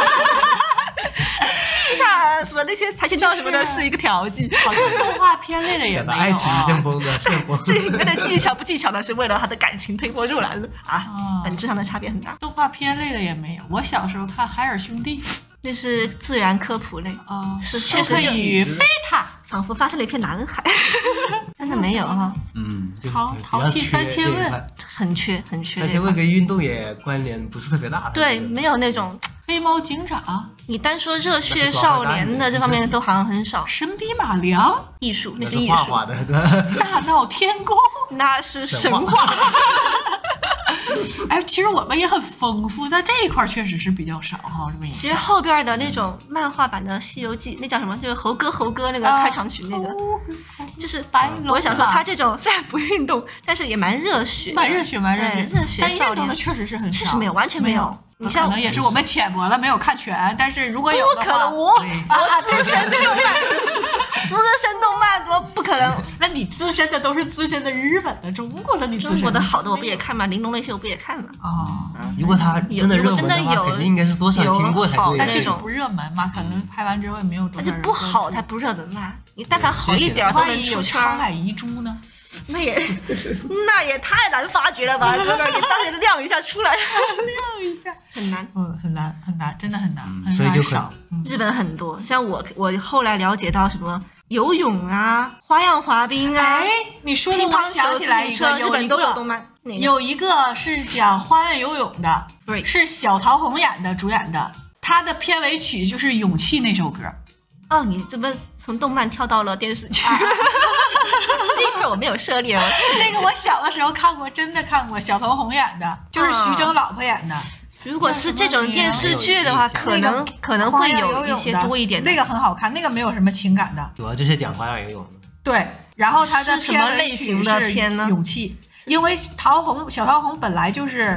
踢一下什么那些跆拳道什么的是一个调剂。 好像动画片类的也没有、啊。 爱情旋风的旋风， 这里面的技巧不技巧呢，是为了他的感情推波助澜的啊， 哦、 本质上的差别很大。 动画片类的也没有。我小时候看海尔兄弟， 那是自然科普类哦， 是确实与贝塔。 仿佛发生了一片蓝海，但是没有哈。 嗯， 淘淘气三千问， 很缺很缺。 三千问跟运动也关联不是特别大。 对，没有那种黑猫警长。 你单说热血少年的这方面都好像很少。 神笔马良， 艺术那是艺术。 画画的，对。 大闹天宫， 那是神话。 哎，其实我们也很丰富，在这一块确实是比较少哈。这么其实后边的那种漫画版的《西游记》，那叫什么？就是猴哥猴哥那个开场曲，那个、哦、就是白。我想说，他这种虽然不运动，但是也蛮热血， 蛮热血，蛮热血。 热血但运动的确实是很少， 确实没有，完全没有。 你像可能也是我们浅薄了，没有看全。但是如果有的话， 不可能，我我资深动漫，资深动漫多不可能。 那你资深的都是资深的日本的、中国的，你资深中国的好的我不也看吗？玲珑那些我不也看吗？ 哦， 如果他真的热门的话，肯定应该是多少听过才对。 但就是不热门嘛，可能拍完之后也没有多少人。 那就不好才不热门嘛。你但凡好一点都能出圈。 沧海遗珠呢？ 那也那也太难发掘了吧！哥们儿，你当年亮一下出来， 亮一下很难， 嗯，很难很难，真的很难， 嗯、所以就少。 日本很多，像我我后来了解到什么游泳啊、花样滑冰啊。 哎，你说的我想起来一个， 日本都有动漫， 有一个是讲花样游泳的，是小桃红演的主演的，他的片尾曲就是《勇气》那首歌。 哦，你怎么从动漫跳到了电视剧？啊那会儿我没有涉猎。 这个我小的时候看过，真的看过，小桃红演的，就是徐峥老婆演的。 如果是这种电视剧的话，可能可能会有一些多一点的。 那个很好看，那个没有什么情感的， 主要就是讲花样游泳的。 对，然后它的什么类型的片呢？ 勇气，因为桃红小桃红本来就是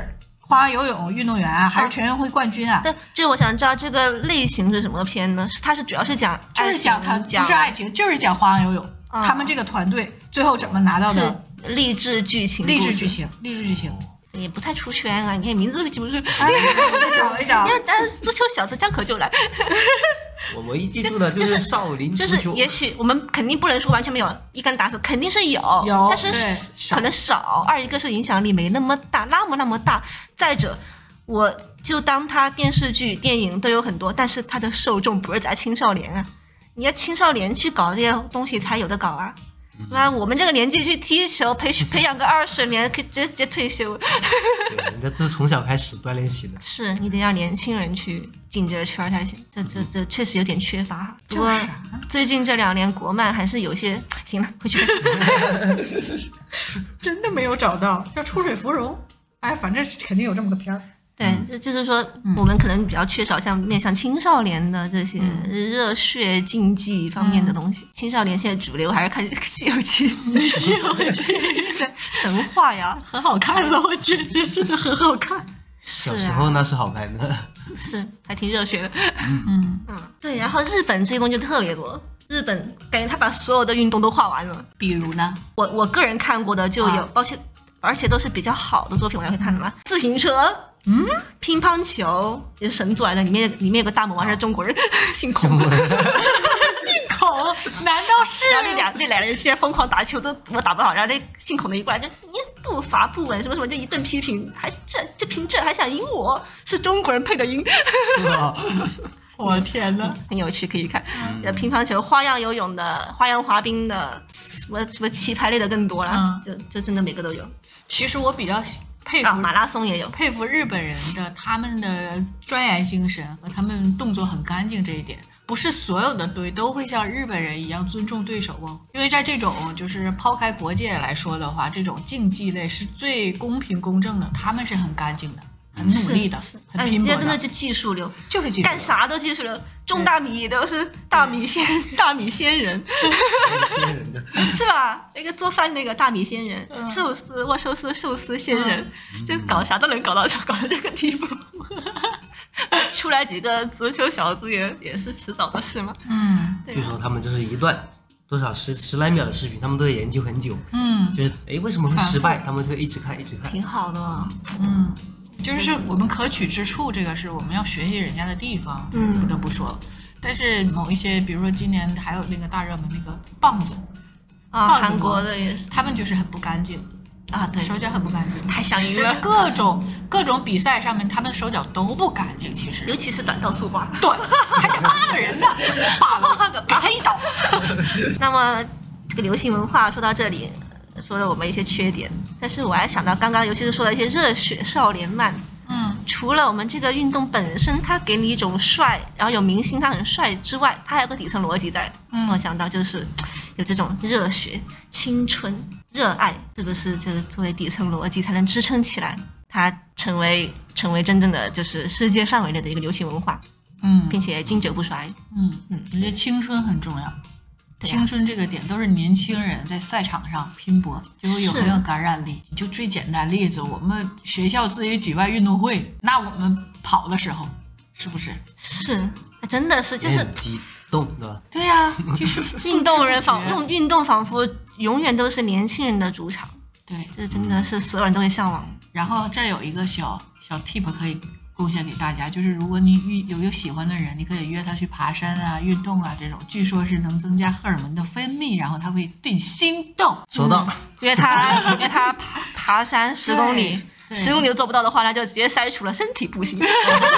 花样游泳运动员啊，还是全运会冠军啊？ 对，这我想知道这个类型是什么片呢？是它是主要是讲就是讲他不是爱情，就是讲花样游泳， 嗯、 他们这个团队最后怎么拿到的励志剧情， 励志剧情，励志剧情。 也不太出圈啊！你看名字都记不住。 哎，找一找。 因为咱足球小子张口就来。 我唯一记住的就是少林足球。 就是也许我们肯定不能说完全没有，一竿打死，肯定是有， 有， 但是可能少。二一个是影响力没那么大，那么那么大。再者，我就当它电视剧、电影都有很多，但是它的受众不是在青少年啊。你要青少年去搞这些东西才有的搞啊。那我们这个年纪去踢球，培培养个二十年，可以直接退休。 对，人家都从小开始锻炼起的。 是你得让年轻人去进这个圈才行，这这这确实有点缺乏。不过最近这两年国漫还是有些，行了，回去看。 真的没有找到，叫《出水芙蓉》。哎，反正肯定有这么个片儿。 对，就就是说，我们可能比较缺少像面向青少年的这些热血竞技方面的东西。嗯、青少年现在主流还是看《西游记》，《西游记》神话呀， 很好看的，我觉得真的很好看。 小时候那是好看的， 是还挺热血的。嗯嗯，对。然后日本这些东西就特别多，日本感觉他把所有的运动都画完了。 比如呢， 我我个人看过的就有，抱歉、啊，而且都是比较好的作品，我要去看的嘛。自行车。嗯，乒乓球也是神作来的，里面里面有个大魔王是中国人，姓孔，姓孔，难道是？ 然后那俩那俩人现在疯狂打球，都我打不好，然后那姓孔的一过来就你步伐不稳，什么什么，就一顿批评，还这就凭这还想赢我？是中国人配的音。 我天哪， 很有趣，可以看。嗯、乒乓球、花样游泳的、花样滑冰的，什么什么棋牌类的更多了，嗯、就就真的每个都有。 其实我比较佩服、 啊、马拉松也有， 佩服日本人的他们的钻研精神和他们动作很干净这一点。不是所有的队都会像日本人一样尊重对手哦，因为在这种就是抛开国界来说的话，这种竞技类是最公平公正的，他们是很干净的。很努力的，很拼搏的， 哎、真的就技术流， 就是技术流， 干啥都技术流。种大米都是大米仙，大米仙人， 仙人的是吧？那个做饭那个大米仙人，嗯、寿司握寿司寿司仙人，嗯、就搞啥都能搞到搞到这个地步。出来几个足球小子也也是迟早的事嘛。 嗯， 据说他们就是一段多少十十来秒的视频，他们都会研究很久。 嗯， 就是哎为什么会失败，他们会一直看一直看。 挺好的、哦。 嗯。就是我们可取之处，这个是我们要学习人家的地方，嗯，不得不说。但是某一些，比如说今年还有那个大热门那个棒子， 啊，韩国的也是， 他们就是很不干净啊，对， 手脚很不干净， 太想赢了。 各种各种比赛上面，他们手脚都不干净，其实， 尤其是短道速滑， 对，还得扒个人的，扒个给他一刀。 那么这个流行文化说到这里。说了我们一些缺点，但是我还想到刚刚，尤其是说了一些热血少年漫， 嗯， 除了我们这个运动本身它给你一种帅，然后有明星他很帅之外，它还有个底层逻辑在。嗯，我想到就是有这种热血、青春、热爱，是不是这作为底层逻辑才能支撑起来，它成为成为真正的就是世界范围内的一个流行文化， 嗯， 并且经久不衰。 嗯嗯，我觉得青春很重要。青春这个点都是年轻人在赛场上拼搏，就会有很有感染力。就最简单例子，我们学校自己举办运动会，那我们跑的时候，是不是？ 是，真的是就是激动，对吧？ 对呀、啊，就是运动人仿用运动仿佛永远都是年轻人的主场。 对， 这真的是所有人都会向往。 然后这有一个小小 tip 可以贡献给大家，就是如果你有有喜欢的人，你可以约他去爬山啊、运动啊，这种据说是能增加荷尔蒙的分泌，然后他会对你心动。 收到。 嗯、约他约他爬爬山十公里，十公里都做不到的话，那就直接筛除了身体不行。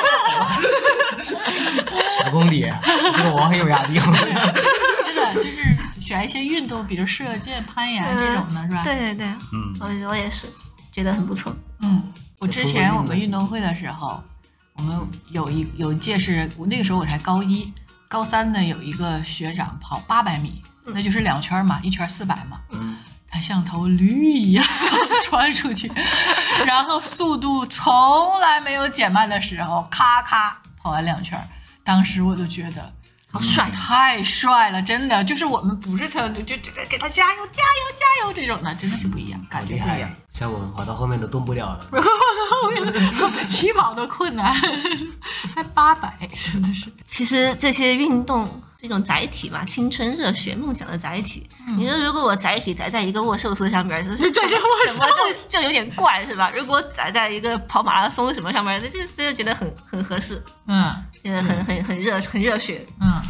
十公里，这个我很有压力。 真的就是选一些运动，比如射箭、攀岩这种的，是吧？ 对对对，嗯，我我也是觉得很不错。 嗯。我之前我们运动会的时候，我们有一有一届是我那个时候我才高一，高三的有一个学长跑八百米，那就是两圈嘛，一圈四百嘛，他像头驴一样穿出去，然后速度从来没有减慢的时候，咔咔跑完两圈，当时我就觉得好帅， 太帅了，真的就是我们不是他，就就就给他加油加油加油这种的，真的是不一样，感觉不一样。 像我们跑到后面都动不了了， 起跑都困难，还八百，真的是。 其实这些运动这种载体嘛，青春热血梦想的载体。嗯、你说如果我载体载在一个握寿司上面，就是载着握寿司就就有点怪是吧？如果载在一个跑马拉松什么上面，那就这就觉得很很合适。 嗯， 觉得很很很热很热血。 嗯，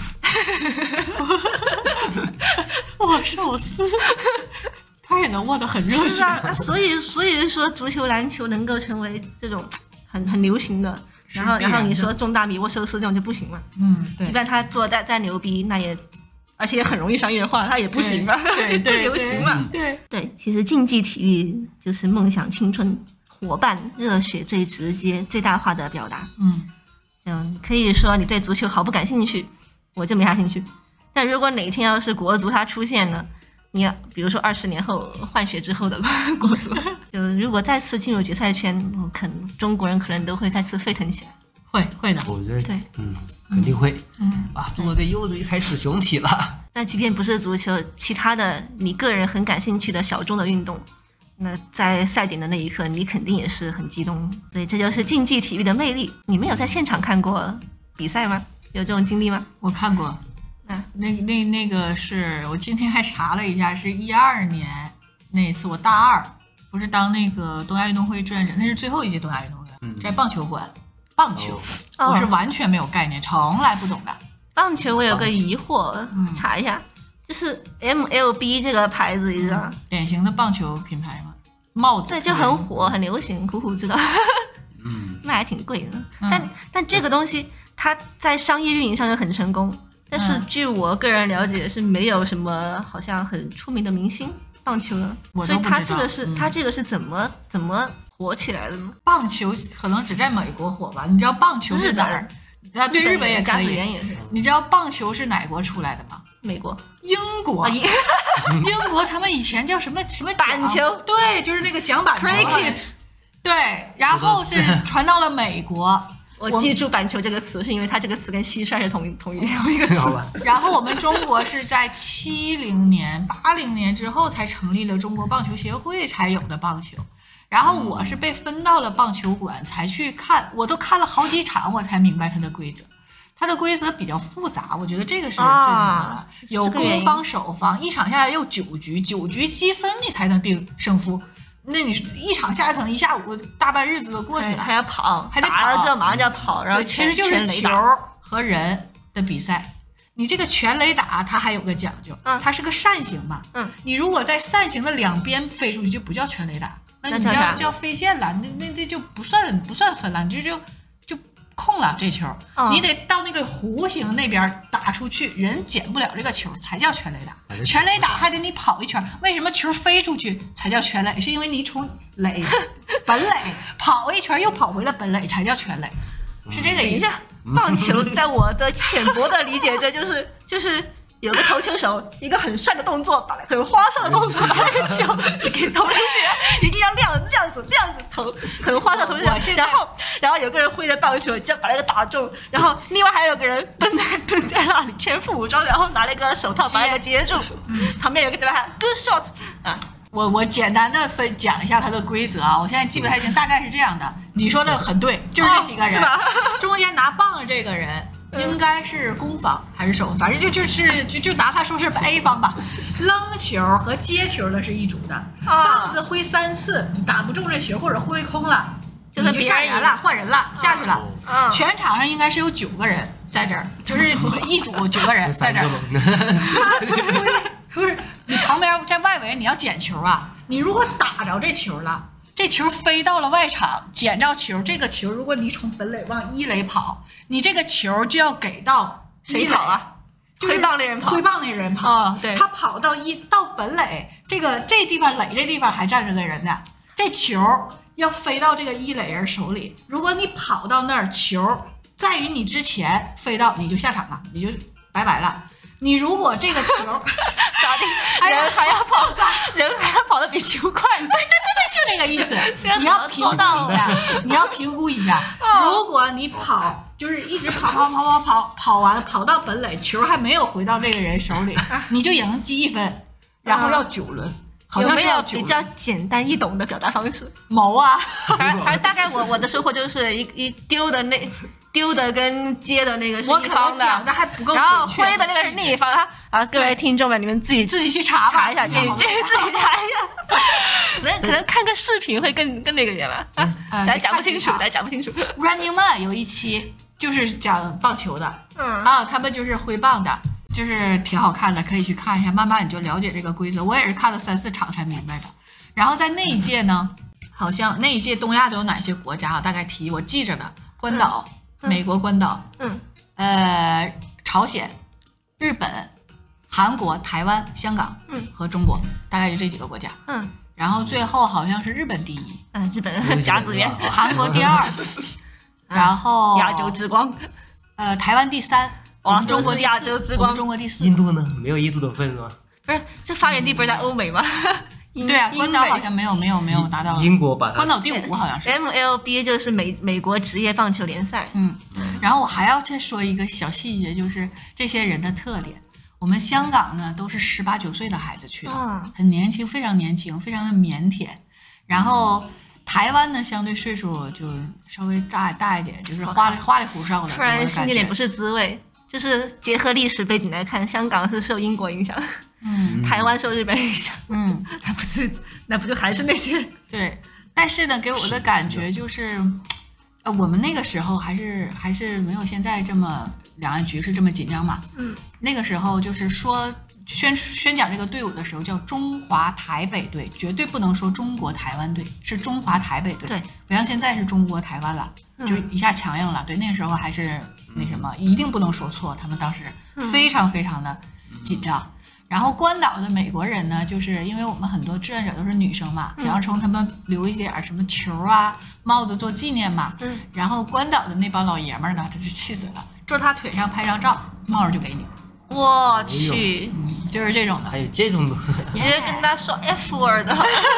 握寿司。他也能握得很热血， 是啊，所以所以说足球、篮球能够成为这种很很流行的，然后然后你说种大米、握寿司这种就不行嘛？ 嗯，对， 即便他做再再牛逼，那也而且也很容易商业化，他也不行嘛， 对对， 不流行嘛， 对对。其实竞技体育就是梦想青春、伙伴、热血最直接、最大化的表达。 嗯嗯，可以说你对足球毫不感兴趣，我就没啥兴趣。但如果哪天要是国足它出现了。你比如说二十年后换血之后的国足，就如果再次进入决赛圈，可能中国人可能都会再次沸腾起来。 会会的， 我觉得对， 嗯，肯定会。 嗯啊，中国队又开始雄起了。 那即便不是足球，其他的你个人很感兴趣的小众的运动，那在赛点的那一刻，你肯定也是很激动。对，这就是竞技体育的魅力。你们有在现场看过比赛吗？有这种经历吗？ 我看过。 啊、 那那那个是我今天还查了一下，是一二年那一次，我大二，不是当那个东亚运动会志愿者，那是最后一届东亚运动会，嗯、在棒球馆，棒球、哦、我是完全没有概念，从来不懂的。 棒球我有个疑惑，嗯、查一下，就是 M L B 这个牌子，你知道、嗯？ 典型的棒球品牌嘛，帽子对，就很火，很流行，虎虎知道， 嗯， 卖还挺贵的， 嗯、 但但这个东西它在商业运营上就很成功。但是据我个人了解，是没有什么好像很出名的明星棒球的，所以他这个是、嗯、他这个是怎么怎么火起来的呢？ 棒球可能只在美国火吧？你知道棒球是哪儿？啊，对，日本也可以， 也是。 你知道棒球是哪国出来的吗？ 美国、 英国、 啊、 英国他们以前叫什么什么板球？ 对，就是那个桨板球。对，然后是传到了美国。 我记住板球这个词，是因为它这个词跟蟋蟀是同同一同一个词。 然后我们中国是在七零年、八零年之后才成立了中国棒球协会才有的棒球。然后我是被分到了棒球馆才去看，我都看了好几场，我才明白它的规则。它的规则比较复杂，我觉得这个是最重要的。啊、有攻方、守方，一场下来有九局，九局积分你才能定胜负。那你一场下来可能一下午大半日子都过去了， 还要跑， 还得打了之后马上就要跑，然后其实就是球和人的比赛。你这个全垒打它还有个讲究，嗯、它是个扇形嘛， 嗯， 你如果在扇形的两边飞出去就不叫全垒打，那你就要就要飞线了，那那这就不算不算分了，你这就就空了这球，嗯、你得到那个弧形那边打出去，人捡不了这个球才叫全垒打。全垒打还得你跑一圈，为什么球飞出去才叫全垒？是因为你从垒本垒跑一圈又跑回了本垒才叫全垒，是这个意思。 棒球在我的浅薄的理解，这就是就是有个投球手，一个很帅的动作，把很花哨的动作把那个球给投出去，一定要亮亮子亮子投，很花哨投出去。然后然后有个人挥着棒球，就把那个打中，然后另外还有个人蹲在蹲在那里，全副武装，然后拿了一个手套把那个接住。嗯，旁边有个在那喊 good shot 啊。 我我简单的分讲一下它的规则啊，我现在记不太清，大概是这样的。你说的很对，就是这几个人，哦、 是吧？ 中间拿棒的这个人应该是攻方还是守，反正就就是就就拿他说是 A 方吧。扔球和接球的是一组的，啊、棒子挥三次，你打不中这球或者挥空了，就你就下人了，换人了，下去了。 啊、 全场上应该是有九个人在这儿，就是一组九个人在这儿。不是你旁边在外围，你要捡球啊！你如果打着这球了，这球飞到了外场，捡着球，这个球如果你从本垒往一垒跑，你这个球就要给到谁跑啊？ 就是挥棒那人跑， 挥棒那人跑。 哦，对， 他跑到一到本垒，这个这地方垒这地方还站着个人呢，这球要飞到这个一垒人手里。如果你跑到那儿，球在于你之前飞到，你就下场了，你就拜拜了。你如果这个球咋地，人还要跑，人还要跑得比球快。 对对对对，就这个意思。 这你要评估怎么做一下，你要评估一下。如果你跑，就是一直跑跑跑跑跑跑完，跑到本垒，球还没有回到这个人手里，你就赢积一分，然后要九轮。好像有没有是要九轮。 比较简单易懂的表达方式？ 谋啊， 反正反正大概我我的收获就是一一丢的那丢的跟接的那个是我可一方能讲的还不够然后准确挥的那个是另一方啊啊！各位听众们，你们自己自己去查吧查一下，这然后这自己查一下。可能可能看个视频会更更那个点吧，啊， 呃咱讲不清楚， 得看咱讲不清楚。 Running Man 有一期就是讲棒球的， 嗯啊，他们就是挥棒的，就是挺好看的，可以去看一下，慢慢你就了解这个规则。我也是看了三四场才明白的。然后在那一届呢，好像那一届东亚都有哪些国家啊？大概提我记着的，关岛、 嗯、 美国关岛， 嗯， 呃，朝鲜、日本、韩国、台湾、香港， 嗯， 和中国，大概就这几个国家。 嗯， 然后最后好像是日本第一， 嗯，日本甲子园， 韩国第二，然后亚洲之光， 呃，台湾第三，我们中国第亚四， 洲之光我们中国第四。 印度呢？没有印度的份是吗？ 不是，这发源地不是在欧美吗？ 对啊，关岛好像没有没有没有达到。 英国把它关岛第五好像是。 M L B 就是美美国职业棒球联赛。 嗯，然后我还要再说一个小细节，就是这些人的特点。我们香港呢都是十八九岁的孩子去的， 嗯很年轻，非常年轻，非常的腼腆。然后台湾呢相对岁数就稍微大大一点，就是花里花里胡哨的。 突然心里有点不是滋味。就是结合历史背景来看，香港是受英国影响， 嗯， 台湾受日本影响， 嗯， 那不是那不就还是那些？ 对，但是呢，给我的感觉就是，呃，我们那个时候还是还是没有现在这么两岸局势这么紧张嘛。 嗯， 那个时候就是说宣宣讲这个队伍的时候叫中华台北队，绝对不能说中国台湾队，是中华台北队。 对， 不像现在是中国台湾了，就一下强硬了。对，那个时候还是那什么，一定不能说错。他们当时非常非常的紧张。然后关岛的美国人呢，就是因为我们很多志愿者都是女生嘛，想要冲他们留一点什么球啊、帽子做纪念嘛。 嗯。 然后关岛的那帮老爷们儿呢，真是气死了，坐他腿上拍张照，帽子就给你。 我去， 嗯，就是这种的。 还有这种的， 直接跟他说 F word。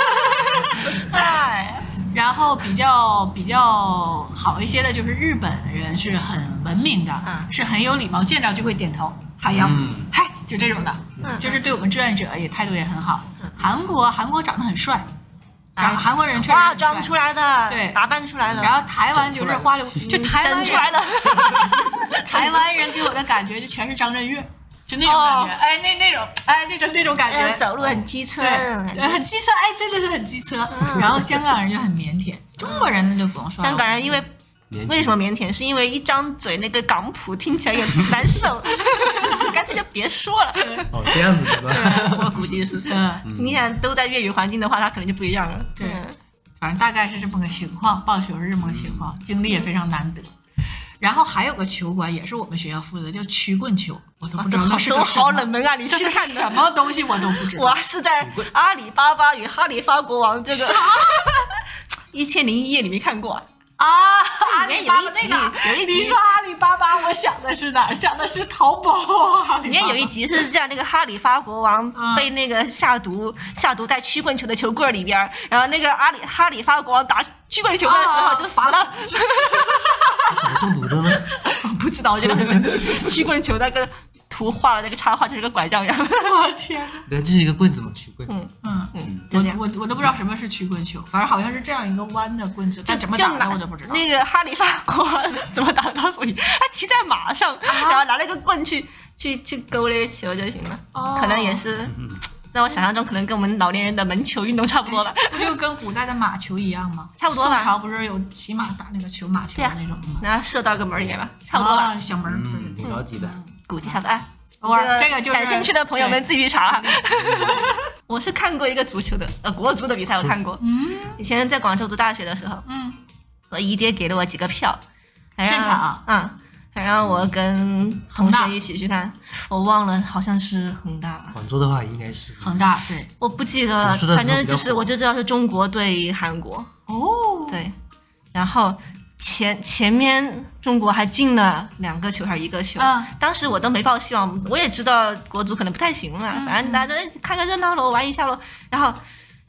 哎。 然后比较比较好一些的就是日本人是很文明的， 嗯、 是很有礼貌，见着就会点头，海洋， 嗯、 嗨，就这种的， 嗯、 就是对我们志愿者也态度也很好。嗯、韩国韩国长得很帅，长、 哎、 韩国人确实化妆出来的， 对， 打扮出来的。 然后台湾就是花里胡，就台湾出来的。 台湾人给我的感觉就全是张震岳。就那种感觉，哦、哎，那那种，哎，那种那种感觉， 呃、走路很机车， 对，很机车，哎，真的是很机车。嗯、然后香港人就很腼腆，中国人那就不用说了。 香港人因为为什么腼腆？是因为一张嘴那个港普听起来有点难受，干脆就别说了。 哦，这样子的吗？ 我估计是。嗯，你想都在粤语环境的话，他可能就不一样了。 对，反正大概是这么个情况，棒球是这么个情况，经历也非常难得。然后还有个球馆也是我们学校负责，叫曲棍球，我都不知道那是个什么， 都好冷门啊！你去看什么东西我都不知道。 我是在《阿里巴巴与哈利发国王》这个一千零一夜里面看过啊， 里面有一集，有一集你说阿里巴巴，我想的是哪儿？想的是淘宝啊。 里面有一集是这样，那个哈利发国王被那个下毒，嗯、下毒在曲棍球的球棍里边，然后那个阿里哈利发国王打曲棍球的时候就死了。 怎么中毒的呢？ 我不知道，我觉得很神奇。曲棍球那个图画了那个插画就是个拐杖一样。 我天！ 对，这是一个棍子嘛，曲棍。 嗯嗯嗯，我我我都不知道什么是曲棍球，反正好像是这样一个弯的棍子，但怎么打的我都不知道。 那个哈利发国王怎么打的？告诉你，他骑在马上，啊、然后拿了一个棍去去去勾那个球就行了。哦，可能也是。嗯那我想象中可能跟我们老年人的门球运动差不多吧， 不就跟古代的马球一样吗？ 差不多吧。 宋朝不是有骑马打那个球马球的那种吗？ 然后射到个门里面吧，差不多吧。 小门， 嗯，挺高级的。 估计差不多。哎， 偶尔这个就是感兴趣的朋友们自己去查。我是看过一个足球的，呃，国足的比赛我看过。嗯。以前在广州读大学的时候，嗯，我姨爹给了我几个票， 现场， 嗯。然后我跟同学一起去看，我忘了，好像是恒大。 广州的话应该是恒大，对， 我不记得了，反正就是我就知道是中国对韩国。哦，对，然后前前面中国还进了两个球还是一个球，嗯、当时我都没抱希望，我也知道国足可能不太行了，嗯、反正大家看看热闹喽，玩一下喽。然后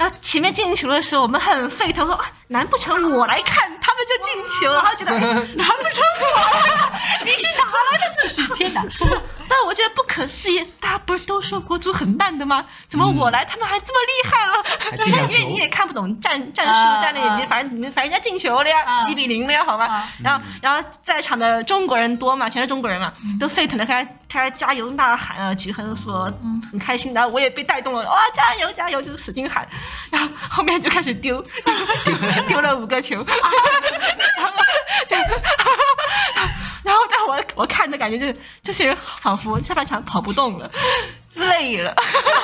然后前面进球的时候，我们很沸腾，说啊难不成我来看他们就进球？然后觉得哎，难不成我？ 你是哪来的自信？天哪！ 但我觉得不可思议，大家不是都说国足很烂的吗？怎么我来他们还这么厉害了？ 还进两球因为你也看不懂战战术、 啊战略， 啊反正反正人家进球了呀， 啊几比零了呀，好吧。 啊然后然后在场的中国人多嘛，全是中国人嘛，都沸腾的开始开始加油呐喊啊，举横说很开心的，我也被带动了，哇加油加油，就使劲喊。然后后面就开始丢丢丢了五个球，然后就。然后在我我看的感觉就是这些人仿佛下半场跑不动了，累了。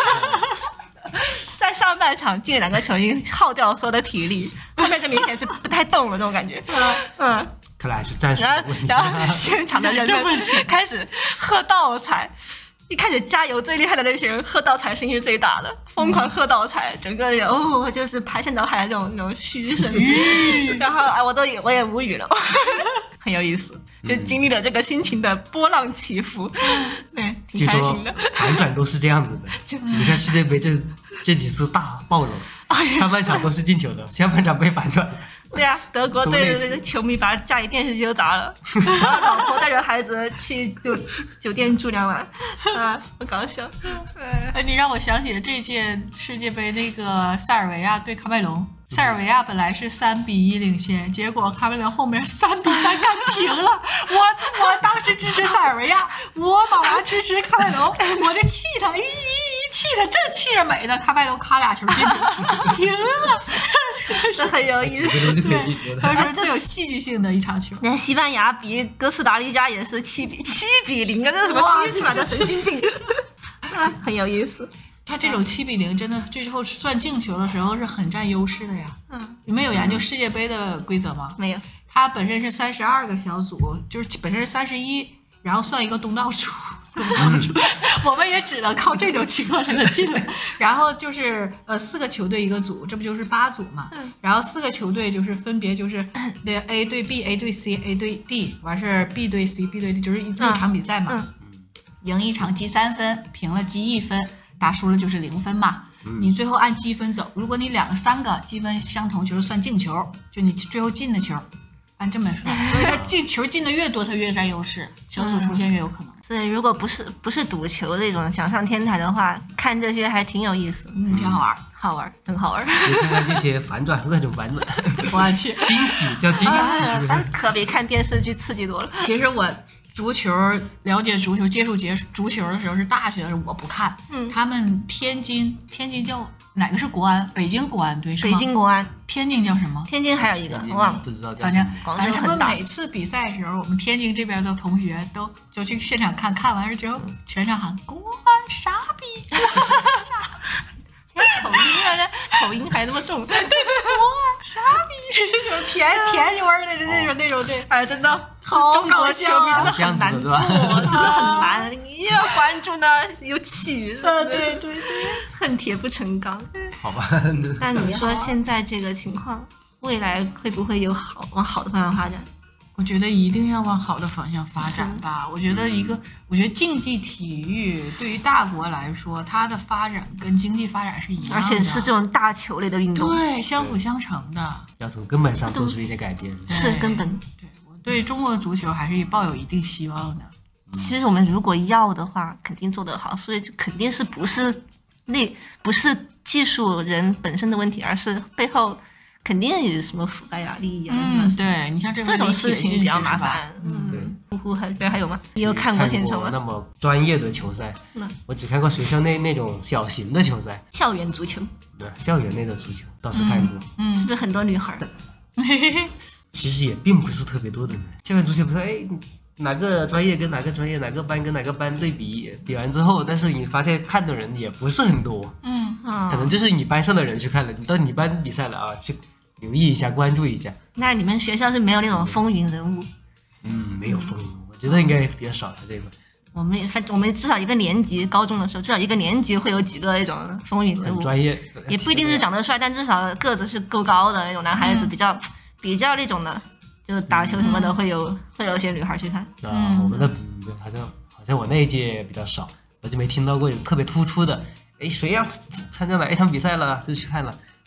在上半场进了两个球，已经耗掉了所有的体力，后面就明显是不太动了那种感觉。嗯， 看来是战术然后的问题。 然后现场的人们开始喝倒彩。一开始加油最厉害的那些人喝倒彩声音是最大的，疯狂喝倒彩，整个人哦就是排山倒海的那种那种嘘声，然后哎我都也我也无语了，很有意思，就经历了这个心情的波浪起伏，对，挺据说开心的。 反转都是这样子的。你看世界杯这这几次大爆冷，上半场都是进球的，下半场被反转。 对啊，德国队都类似的球迷把家里电视机都砸了，然后老婆带着孩子去酒酒店住两晚，啊，很搞笑。 哎，你让我想起了这届世界杯那个塞尔维亚对喀麦隆。塞尔维亚本来是三比一领先，结果喀麦隆后面三比三干平了。我我当时支持塞尔维亚，我马上支持喀麦隆，我就气他，咦咦咦，气他，正气着美呢，喀麦隆咔俩球进去，平了， 这很有意思。 几个钟就可以进球的。 他说最有戏剧性的一场球。 那西班牙比哥斯达黎加也是七比七比零啊，这是什么哇七嘛的神经病，啊，很有意思。 他这种七比零真的最后算进球的时候是很占优势的呀。 嗯， 你们有研究世界杯的规则吗？ 没有， 它本身是三十二个小组，就是本身是三十一，然后算一个东道主。东道主，我们也只能靠这种情况才能进来。然后就是呃四个球队一个组，这不就是八组嘛？然后四个球队就是分别就是对 A 对 B，A 对 C，A 对 D， 完事儿 B 对 C，B 对 D， 就是一一场比赛嘛。 嗯赢一场积三分，平了积一分，打输了就是零分嘛。你最后按积分走，如果你两个三个积分相同，就是算进球，就你最后进的球，按这么算。所以他进球进的越多，他越占优势，小组出现越有可能。 所以如果不是不是赌球这种想上天台的话，看这些还挺有意思， 嗯，挺好玩， 好玩，真好玩。 就看看这些反转，各种反转， 我去， 惊喜叫惊喜，是不啊是？ 可比看电视剧刺激多了。 其实我。足球了解足球接触接足球的时候是大学的时候，我不看。嗯，他们天津天津叫哪个是国安？北京国安队是吗？ 北京国安， 天津叫什么？ 天津还有一个我忘了， 不知道叫反正什么。 广反正他们州很大每次比赛的时候，我们天津这边的同学都就去现场看，看完了之后全场喊国安傻逼，傻口音啊，这口音还那么重。 对对对，国安傻逼，是这种甜甜味儿的那种那种对， 哎，真的， 好中国搞笑球迷真的啊！ 很难做，真的很难。你要关注呢，又气， 呃，对对对， 恨铁不成钢。 好吧， 那你说现在这个情况，未来会不会有好往好的方向发展？ 我觉得一定要往好的方向发展吧。我觉得一个，我觉得竞技体育对于大国来说，它的发展跟经济发展是一样的， 而且是这种大球类的运动， 对相辅相成的， 要从根本上做出一些改变。 是根本。 对我对中国的足球还是抱有一定希望的。 其实我们如果要的话，肯定做得好，所以肯定是不是那不是技术人本身的问题，而是背后肯定有什么腐败啊、利益啊。 嗯，对你像这这种事情比较麻烦。 嗯，对。 呼呼，还还有吗？你有看过现场吗？ 那么专业的球赛，我只看过学校内那种小型的球赛， 校园足球。 对，校园内的足球倒是看过。 嗯， 是不是很多女孩的？ 其实也并不是特别多的人。校园足球不是哎。哪个专业跟哪个专业，哪个班跟哪个班对比，比完之后，但是你发现看的人也不是很多， 嗯， 可能就是你班上的人去看了，你到你班比赛了啊，去留意一下，关注一下。 那你们学校是没有那种风云人物？ 嗯，没有风云，我觉得应该比较少的这个。 我们反正我们至少一个年级，高中的时候至少一个年级会有几个那种风云人物， 很专业， 也不一定是长得帅，但至少个子是够高的那种男孩子，比较、嗯、比较那种的。就打球什么的会有、嗯、会有一些女孩去看啊、嗯，我们的好像好像我那一届比较少，我就没听到过有特别突出的，哎，谁要参加哪一场比赛了就去看了，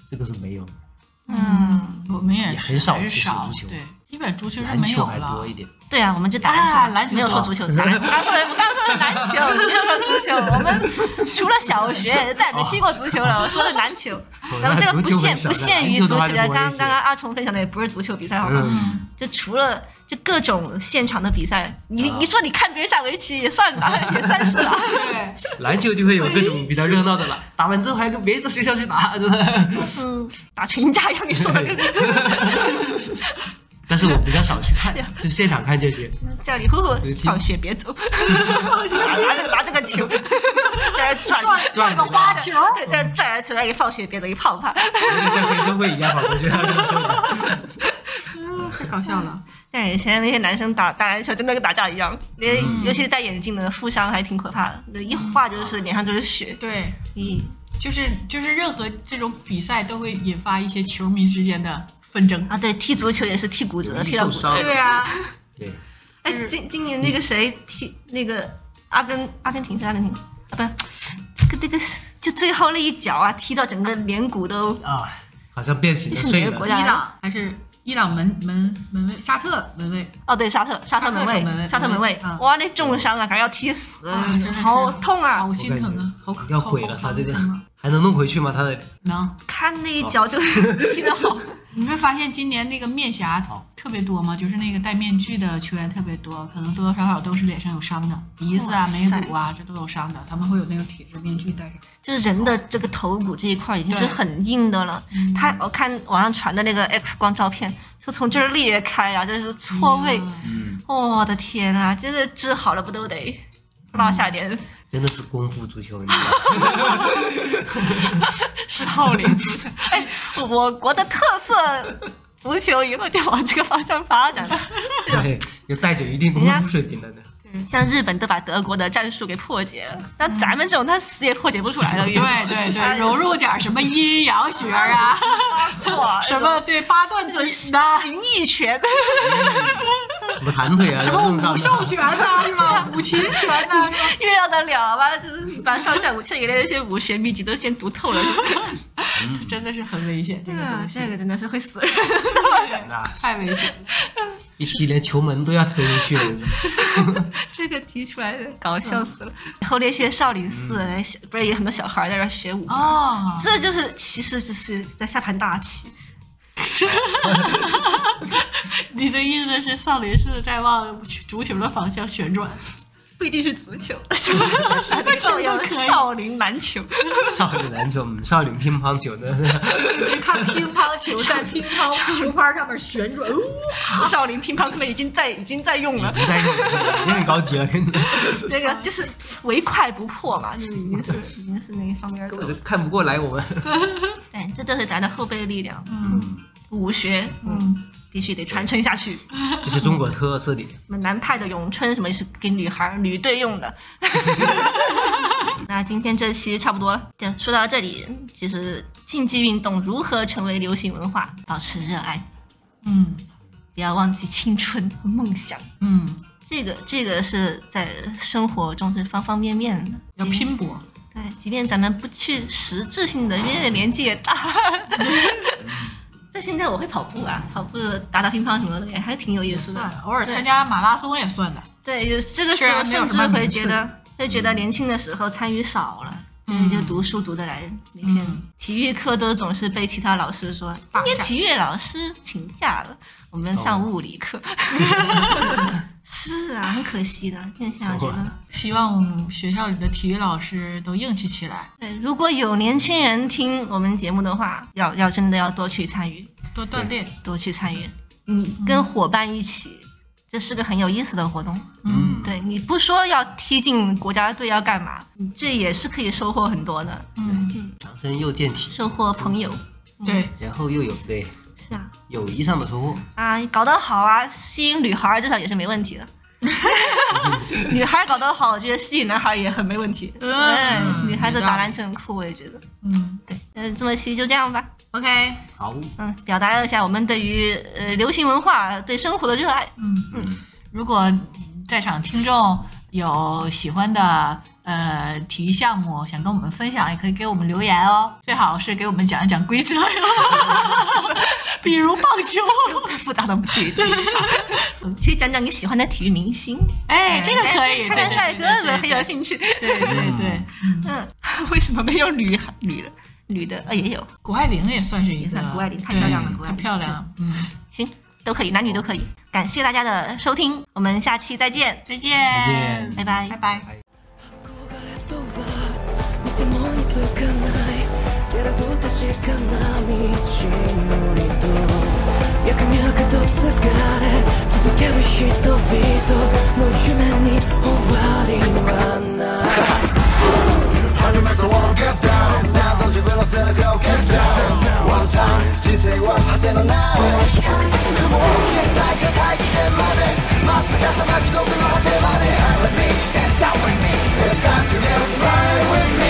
这个是没有的。 嗯，我们也也很少很其实少足球对，基本足球是篮没有球还了多一。点。 对啊，我们就打篮球， 啊篮球没有说多足球。打篮，我刚说的，我刚说的篮球，没有说足球。我们除了小学再也没踢过足球了。我说的篮球，然后这个不限不限于足球的。刚刚刚刚阿虫分享的也不是足球比赛，好吗？ 嗯， 就除了就各种现场的比赛，你你说你看别人下围棋也算吧，也算是了。 对， 篮球就会有各种比较热闹的了，打完之后还跟别的学校去打，真的。 嗯，打群架一样，你说的更。 但是我比较少去看，就现场看这些。 叫你呼呼，放学别走，拿拿着拿这个球，在这转转转个花球， 对，在这转来球，让你放学别走，一泡泡。 像黑社会一样跑过去， 太搞笑了。 但以前那些男生打打篮球，真的跟打架一样，连、嗯、尤其是戴眼镜的负伤还挺可怕的，一画就是脸上都是血。 对， 嗯， 就是就是任何这种比赛都会引发一些球迷之间的纷争啊。对，踢足球也是踢骨折，踢到骨折。 对啊， 对。 哎，今今年那个谁踢那个阿根阿根廷是阿根廷啊，不是，这个这个就最后那一脚啊，踢到整个脸骨都啊，好像变形了，碎了。 伊朗还是？伊朗门门门卫，沙特门卫哦，对，沙特沙特门卫，沙特门卫， 嗯、 哇，那重伤啊，感觉要踢死， 啊、真的好痛啊， 好心疼啊，好要毁了他这个，还能弄回去吗？他的能看那一脚就踢得好。 你会发现今年那个面侠特别多吗？就是那个戴面具的球员特别多，可能多多少少都是脸上有伤的，鼻子啊、眉骨啊，这都有伤的，他们会有那个铁质面具戴上。 就是人的这个头骨这一块已经是很硬的了。他我看网上传的那个 X 光照片，就从这儿裂开啊，这是错位。嗯，我的天啊，这个治好了不都得落下点？ 真的是功夫足球，你知道吗？ 少林足球，哎，我国的特色足球以后就往这个方向发展了。 对，有带着一定功夫水平的呢。 像日本都把德国的战术给破解了，那咱们这种他死也破解不出来了。 对对对，融入点什么阴阳学啊，什么对八段锦的形意拳， 什么弹腿啊， 什么武授拳呐，是吧？五禽拳呐， 越要得了吧？就是把上下五千以内那些武学秘籍都先读透了。 真的是很危险，这个东西， 这个真的是会死人， 太危险了。 一踢连球门都要推进去了。 这个提出来搞笑死了。以后那些少林寺嗯、不是有很多小孩在那学武吗？ 哦， 这就是其实就是在下盘大棋。 你的意思是少林寺在往足球的方向旋转？ 不一定是足球，什么都可以。少林篮球， 少林篮球，少林乒乓球呢？ 是看乒乓球在乒乓球拍上面旋转。 少林乒乓可能已经在已经在用了， 已经在用了，已经很高级了。跟你那个就是唯快不破嘛，就是已经是已经是那一方面做的。 看不过来我们。 对，这都是咱的后备力量。嗯，武学，嗯。必须得传承下去， 这是中国特色的。 我们南派的咏春什么是给女孩女队用的。那今天这期差不多了，就说到这里。其实竞技运动如何成为流行文化，保持热爱， 嗯， 不要忘记青春和梦想， 嗯， 这个这个是在生活中是方方面面的， 要拼搏。 对，即便咱们不去实质性的，因为年纪也大。但现在我会跑步啊，跑步打打乒乓什么的也还挺有意思的。 偶尔参加马拉松也算的。 对，有这个时候甚至会觉得会觉得年轻的时候参与少了，嗯，就读书读得来，每天体育课都总是被其他老师说今天体育老师请假了，我们上物理课。是啊，很可惜的。现在觉得， 希望学校里的体育老师都硬气起来。 对，如果有年轻人听我们节目的话，要要真的要多去参与， 多锻炼， 多去参与。你跟伙伴一起，嗯、这是个很有意思的活动。 嗯， 对，你不说要踢进国家队要干嘛，这也是可以收获很多的。 嗯， 强身又健体， 收获朋友。 对， 然后又有对。 是啊， 友谊上的收获啊，搞得好啊，吸引女孩至少也是没问题的。女孩搞得好，我觉得吸引男孩也很没问题。 嗯， 嗯女孩子打篮球很酷，我也觉得。 嗯， 对，嗯，这么期就这样吧。 OK， 好， 嗯，表达了一下我们对于呃流行文化、对生活的热爱。 嗯嗯，如果在场听众有喜欢的。 呃体育项目想跟我们分享，也可以给我们留言哦。最好是给我们讲一讲规则哟，比如棒球， 太复杂的体育。其实讲讲你喜欢的体育明星， 哎，这个可以， 看看帅哥们很有兴趣。 对对对， 嗯，为什么没有女女的？女的呃也有， 谷爱凌也算是一个， 谷爱凌太漂亮了， 太漂亮了，嗯， 行，都可以，男女都可以。感谢大家的收听，我们下期再见， 再见， 再见， 拜拜， 拜拜。 脈々と継がれ続ける人々の夢に終わりはない初めて wanna get down 何度自分の背中を get down One time 人生は果てのない雲を消された大気圏までまっすぐさま地獄の果てまで Let me and down with me It's time to get fly with me